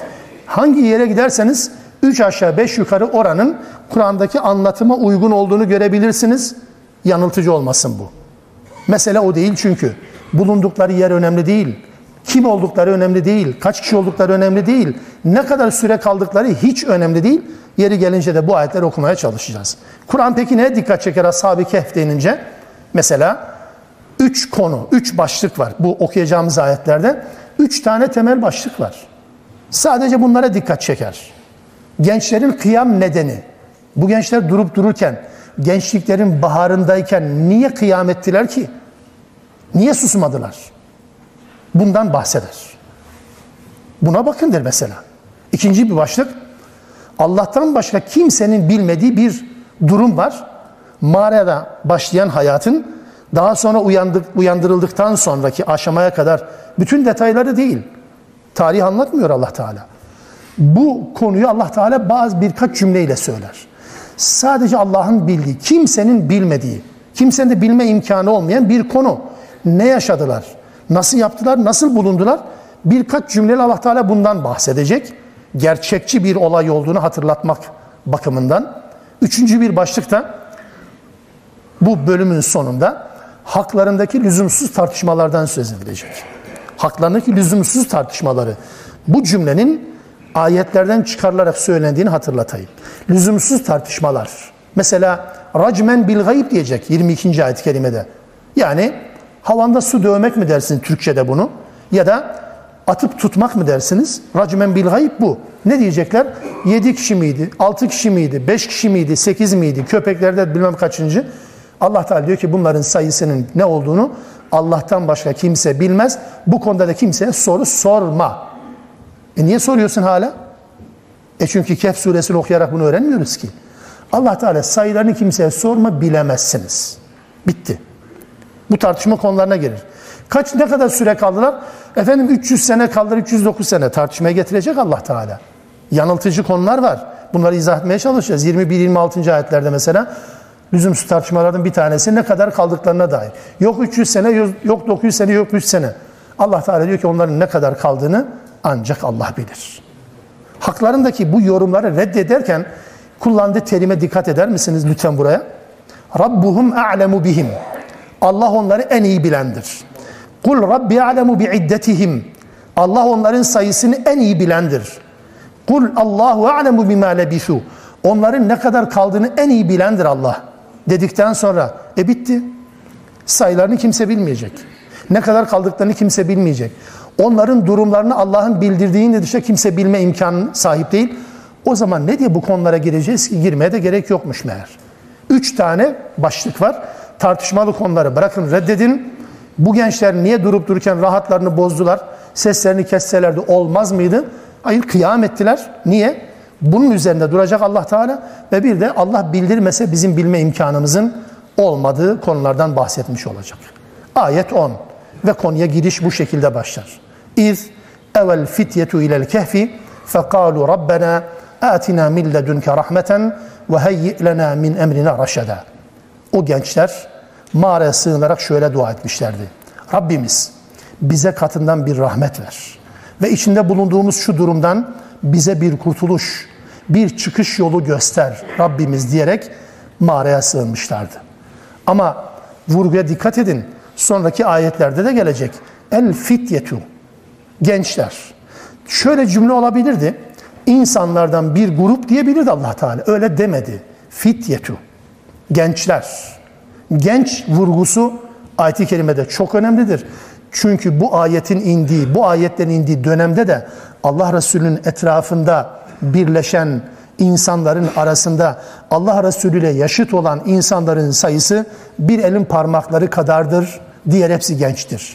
Hangi yere giderseniz üç aşağı beş yukarı oranın Kur'an'daki anlatıma uygun olduğunu görebilirsiniz. Yanıltıcı olmasın bu. Mesele o değil çünkü. Bulundukları yer önemli değil. Kim oldukları önemli değil. Kaç kişi oldukları önemli değil. Ne kadar süre kaldıkları hiç önemli değil. Yeri gelince de bu ayetleri okumaya çalışacağız. Kur'an peki neye dikkat çeker Ashab-ı Kehf denince? Mesela üç konu, üç başlık var. Bu okuyacağımız ayetlerde üç tane temel başlık var. Sadece bunlara dikkat çeker. Gençlerin kıyam nedeni. Bu gençler durup dururken, gençliklerin baharındayken niye kıyam ettiler ki? Niye susmadılar? Bundan bahseder. Buna bakın der mesela. İkinci bir başlık, Allah'tan başka kimsenin bilmediği bir durum var. Mağarada başlayan hayatın daha sonra uyandık, uyandırıldıktan sonraki aşamaya kadar bütün detayları değil. Tarih anlatmıyor Allah Teala. Bu konuyu Allah Teala bazı birkaç cümleyle söyler. Sadece Allah'ın bildiği, kimsenin bilmediği, kimsenin de bilme imkanı olmayan bir konu. Ne yaşadılar? Nasıl yaptılar? Nasıl bulundular? Birkaç cümleyle Allah Teala bundan bahsedecek. Gerçekçi bir olay olduğunu hatırlatmak bakımından. Üçüncü bir başlıkta bu bölümün sonunda haklarındaki lüzumsuz tartışmalardan söz edilecek. Haklarındaki lüzumsuz tartışmaları. Bu cümlenin ayetlerden çıkarılarak söylendiğini hatırlatayım. Lüzumsuz tartışmalar. Mesela racmen bil gayb diyecek yirmi ikinci ayet-i kerimede. Yani havanda su dövmek mi dersiniz Türkçe'de bunu? Ya da atıp tutmak mı dersiniz? Racmen bil gayb bu. Ne diyecekler? Yedi kişi miydi? Altı kişi miydi? Beş kişi miydi? Sekiz miydi? Köpeklerde bilmem kaçıncı? Allah Teala diyor ki bunların sayısının ne olduğunu Allah'tan başka kimse bilmez. Bu konuda da kimseye soru sorma. E niye soruyorsun hala? E çünkü Kehf suresini okuyarak bunu öğrenmiyoruz ki. Allah Teala sayılarını kimseye sorma, bilemezsiniz. Bitti. Bu tartışma konularına gelir. Kaç, ne kadar süre kaldılar? Efendim üç yüz sene kaldılar, üç yüz dokuz sene tartışmaya getirecek Allah Teala. Yanıltıcı konular var. Bunları izah etmeye çalışacağız. yirmi bir yirmi altıncı ayetlerde mesela lüzumsuz tartışmalardan bir tanesi ne kadar kaldıklarına dair. Yok üç yüz sene, yok dokuz yüz sene, yok yüz sene. Allah Teala diyor ki onların ne kadar kaldığını ancak Allah bilir. Haklarındaki bu yorumları reddederken kullandığı terime dikkat eder misiniz lütfen buraya? Rabbuhum a'lemu bihim. Allah onları en iyi bilendir. Kul Rabbi a'lemu bi'iddetihim. Allah onların sayısını en iyi bilendir. Kul Allahu a'lemu bima lebisu. Onların ne kadar kaldığını en iyi bilendir Allah dedikten sonra e bitti. Sayılarını kimse bilmeyecek. Ne kadar kaldıklarını kimse bilmeyecek. Onların durumlarını Allah'ın bildirdiğinde dışında kimse bilme imkanı sahip değil. O zaman ne diye bu konulara gireceğiz ki? Girmeye de gerek yokmuş meğer. Üç tane başlık var. Tartışmalı konuları bırakın, reddedin. Bu gençler niye durup dururken rahatlarını bozdular? Seslerini kesselerdi olmaz mıydı? Hayır, kıyam ettiler. Niye? Bunun üzerinde duracak Allah Teala ve bir de Allah bildirmese bizim bilme imkanımızın olmadığı konulardan bahsetmiş olacak. Ayet on ve konuya giriş bu şekilde başlar. İz evel fityetu ilel kehfi fekalu rabbena atina min ledunke rahmeten ve heyyi lena min emrina raşeda. O gençler mağaraya sığınarak şöyle dua etmişlerdi. Rabbimiz bize katından bir rahmet ver ve içinde bulunduğumuz şu durumdan bize bir kurtuluş, bir çıkış yolu göster Rabbimiz diyerek mağaraya sığınmışlardı. Ama vurguya dikkat edin. Sonraki ayetlerde de gelecek. El fityetu. Gençler. Şöyle cümle olabilirdi. İnsanlardan bir grup diyebilirdi Allah Teala. Öyle demedi. Fityetu. Gençler. Genç vurgusu ayet-i kerimede çok önemlidir. Çünkü bu ayetin indiği, bu ayetlerin indiği dönemde de Allah Resulü'nün etrafında birleşen insanların arasında Allah Resulü ile yaşıt olan insanların sayısı bir elin parmakları kadardır. Diğer hepsi gençtir.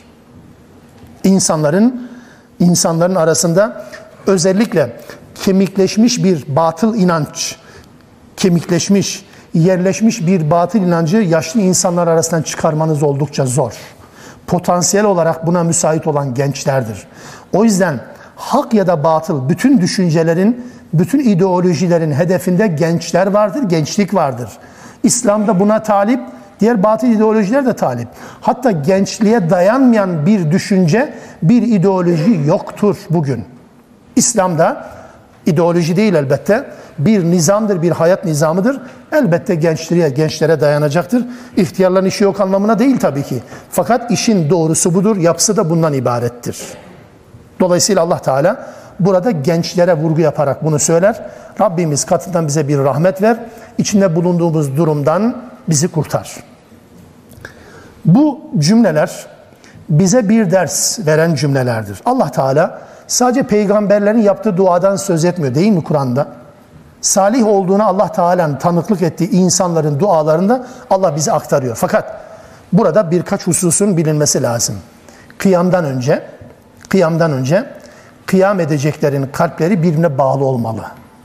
İnsanların insanların arasında özellikle kemikleşmiş bir batıl inanç, kemikleşmiş, yerleşmiş bir batıl inancı yaşlı insanlar arasından çıkarmanız oldukça zor. Potansiyel olarak buna müsait olan gençlerdir. O yüzden hak ya da batıl bütün düşüncelerin, bütün ideolojilerin hedefinde gençler vardır, gençlik vardır. İslam'da buna talip, diğer batıl ideolojiler de talip. Hatta gençliğe dayanmayan bir düşünce, bir ideoloji yoktur bugün. İslam'da ideoloji değil elbette, bir nizamdır, bir hayat nizamıdır. Elbette gençliğe, gençlere dayanacaktır. İhtiyarların işi yok anlamına değil tabii ki. Fakat işin doğrusu budur, yapısı da bundan ibarettir. Dolayısıyla Allah Teala burada gençlere vurgu yaparak bunu söyler. Rabbimiz katından bize bir rahmet ver, içinde bulunduğumuz durumdan bizi kurtar. Bu cümleler bize bir ders veren cümlelerdir. Allah Teala sadece peygamberlerin yaptığı duadan söz etmiyor değil mi Kur'an'da? Salih olduğuna Allah Teala'nın tanıklık ettiği insanların dualarında Allah bize aktarıyor. Fakat burada birkaç hususun bilinmesi lazım. Kıyamdan önce, kıyamdan önce kıyam edeceklerin kalpleri birbirine bağlı olmalı.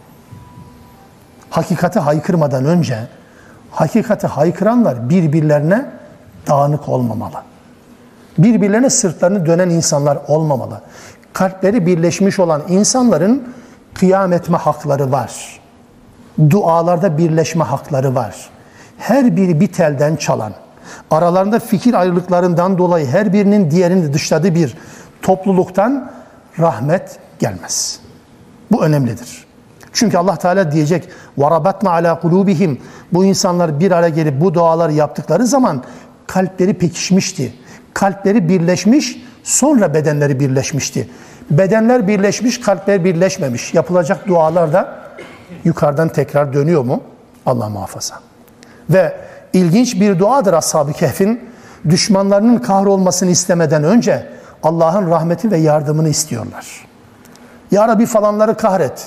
Hakikati haykırmadan önce hakikati haykıranlar birbirlerine dağınık olmamalı. Birbirlerine sırtlarını dönen insanlar olmamalı. Kalpleri birleşmiş olan insanların kıyam etme hakları var. Dualarda birleşme hakları var. Her biri bir telden çalan, aralarında fikir ayrılıklarından dolayı her birinin diğerini dışladığı bir topluluktan rahmet gelmez. Bu önemlidir. Çünkü Allah Teala diyecek وَرَبَتْنَا عَلَى قُلُوبِهِمْ bu insanlar bir araya gelip bu duaları yaptıkları zaman kalpleri pekişmişti. Kalpleri birleşmiş, sonra bedenleri birleşmişti. Bedenler birleşmiş, kalpler birleşmemiş. Yapılacak dualar da yukarıdan tekrar dönüyor mu? Allah muhafaza. Ve ilginç bir duadır Ashab-ı Kehf'in. Düşmanlarının kahrolmasını istemeden önce Allah'ın rahmeti ve yardımını istiyorlar. Ya Rabbi falanları kahret.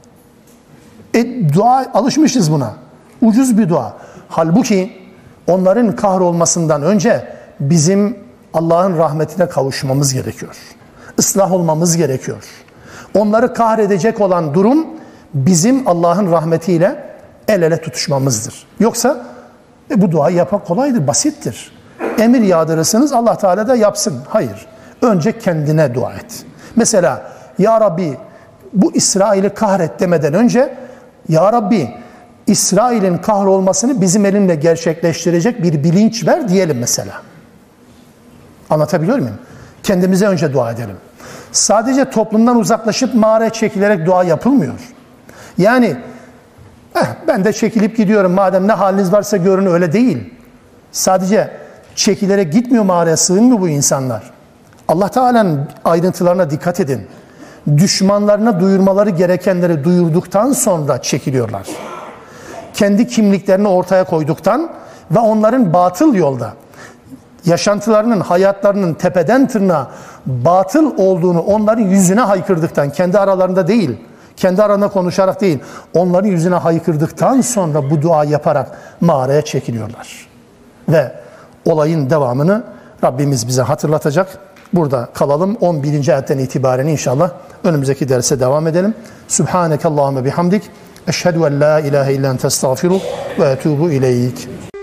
E, dua alışmışız buna. Ucuz bir dua. Halbuki onların kahrolmasından önce bizim Allah'ın rahmetine kavuşmamız gerekiyor. Islah olmamız gerekiyor. Onları kahredecek olan durum bizim Allah'ın rahmetiyle el ele tutuşmamızdır. Yoksa e, bu duayı yapmak kolaydır, basittir. Emir yağdırırsınız, Allah Teala da yapsın. Hayır. Önce kendine dua et. Mesela Ya Rabbi bu İsrail'i kahret demeden önce Ya Rabbi İsrail'in kahrolmasını bizim elimle gerçekleştirecek bir bilinç ver diyelim mesela. Anlatabiliyor muyum? Kendimize önce dua edelim. Sadece toplumdan uzaklaşıp mağaraya çekilerek dua yapılmıyor. Yani eh, ben de çekilip gidiyorum madem ne haliniz varsa görün, öyle değil. Sadece çekilerek gitmiyor mağaraya, sığınmıyor bu insanlar. Allah Teala'nın ayrıntılarına dikkat edin. Düşmanlarına duyurmaları gerekenleri duyurduktan sonra çekiliyorlar. kendi kimliklerini ortaya koyduktan ve onların batıl yolda, yaşantılarının, hayatlarının tepeden tırnağa batıl olduğunu onların yüzüne haykırdıktan, kendi aralarında değil, kendi aralarında konuşarak değil, onların yüzüne haykırdıktan sonra bu dua yaparak mağaraya çekiliyorlar. Ve olayın devamını Rabbimiz bize hatırlatacak. Burada kalalım. on birinci ayetten itibaren inşallah önümüzdeki derse devam edelim. Subhaneke Allahümme bihamdik. Eşhedü en la ilahe illen testağfiruk ve etubu ileyk.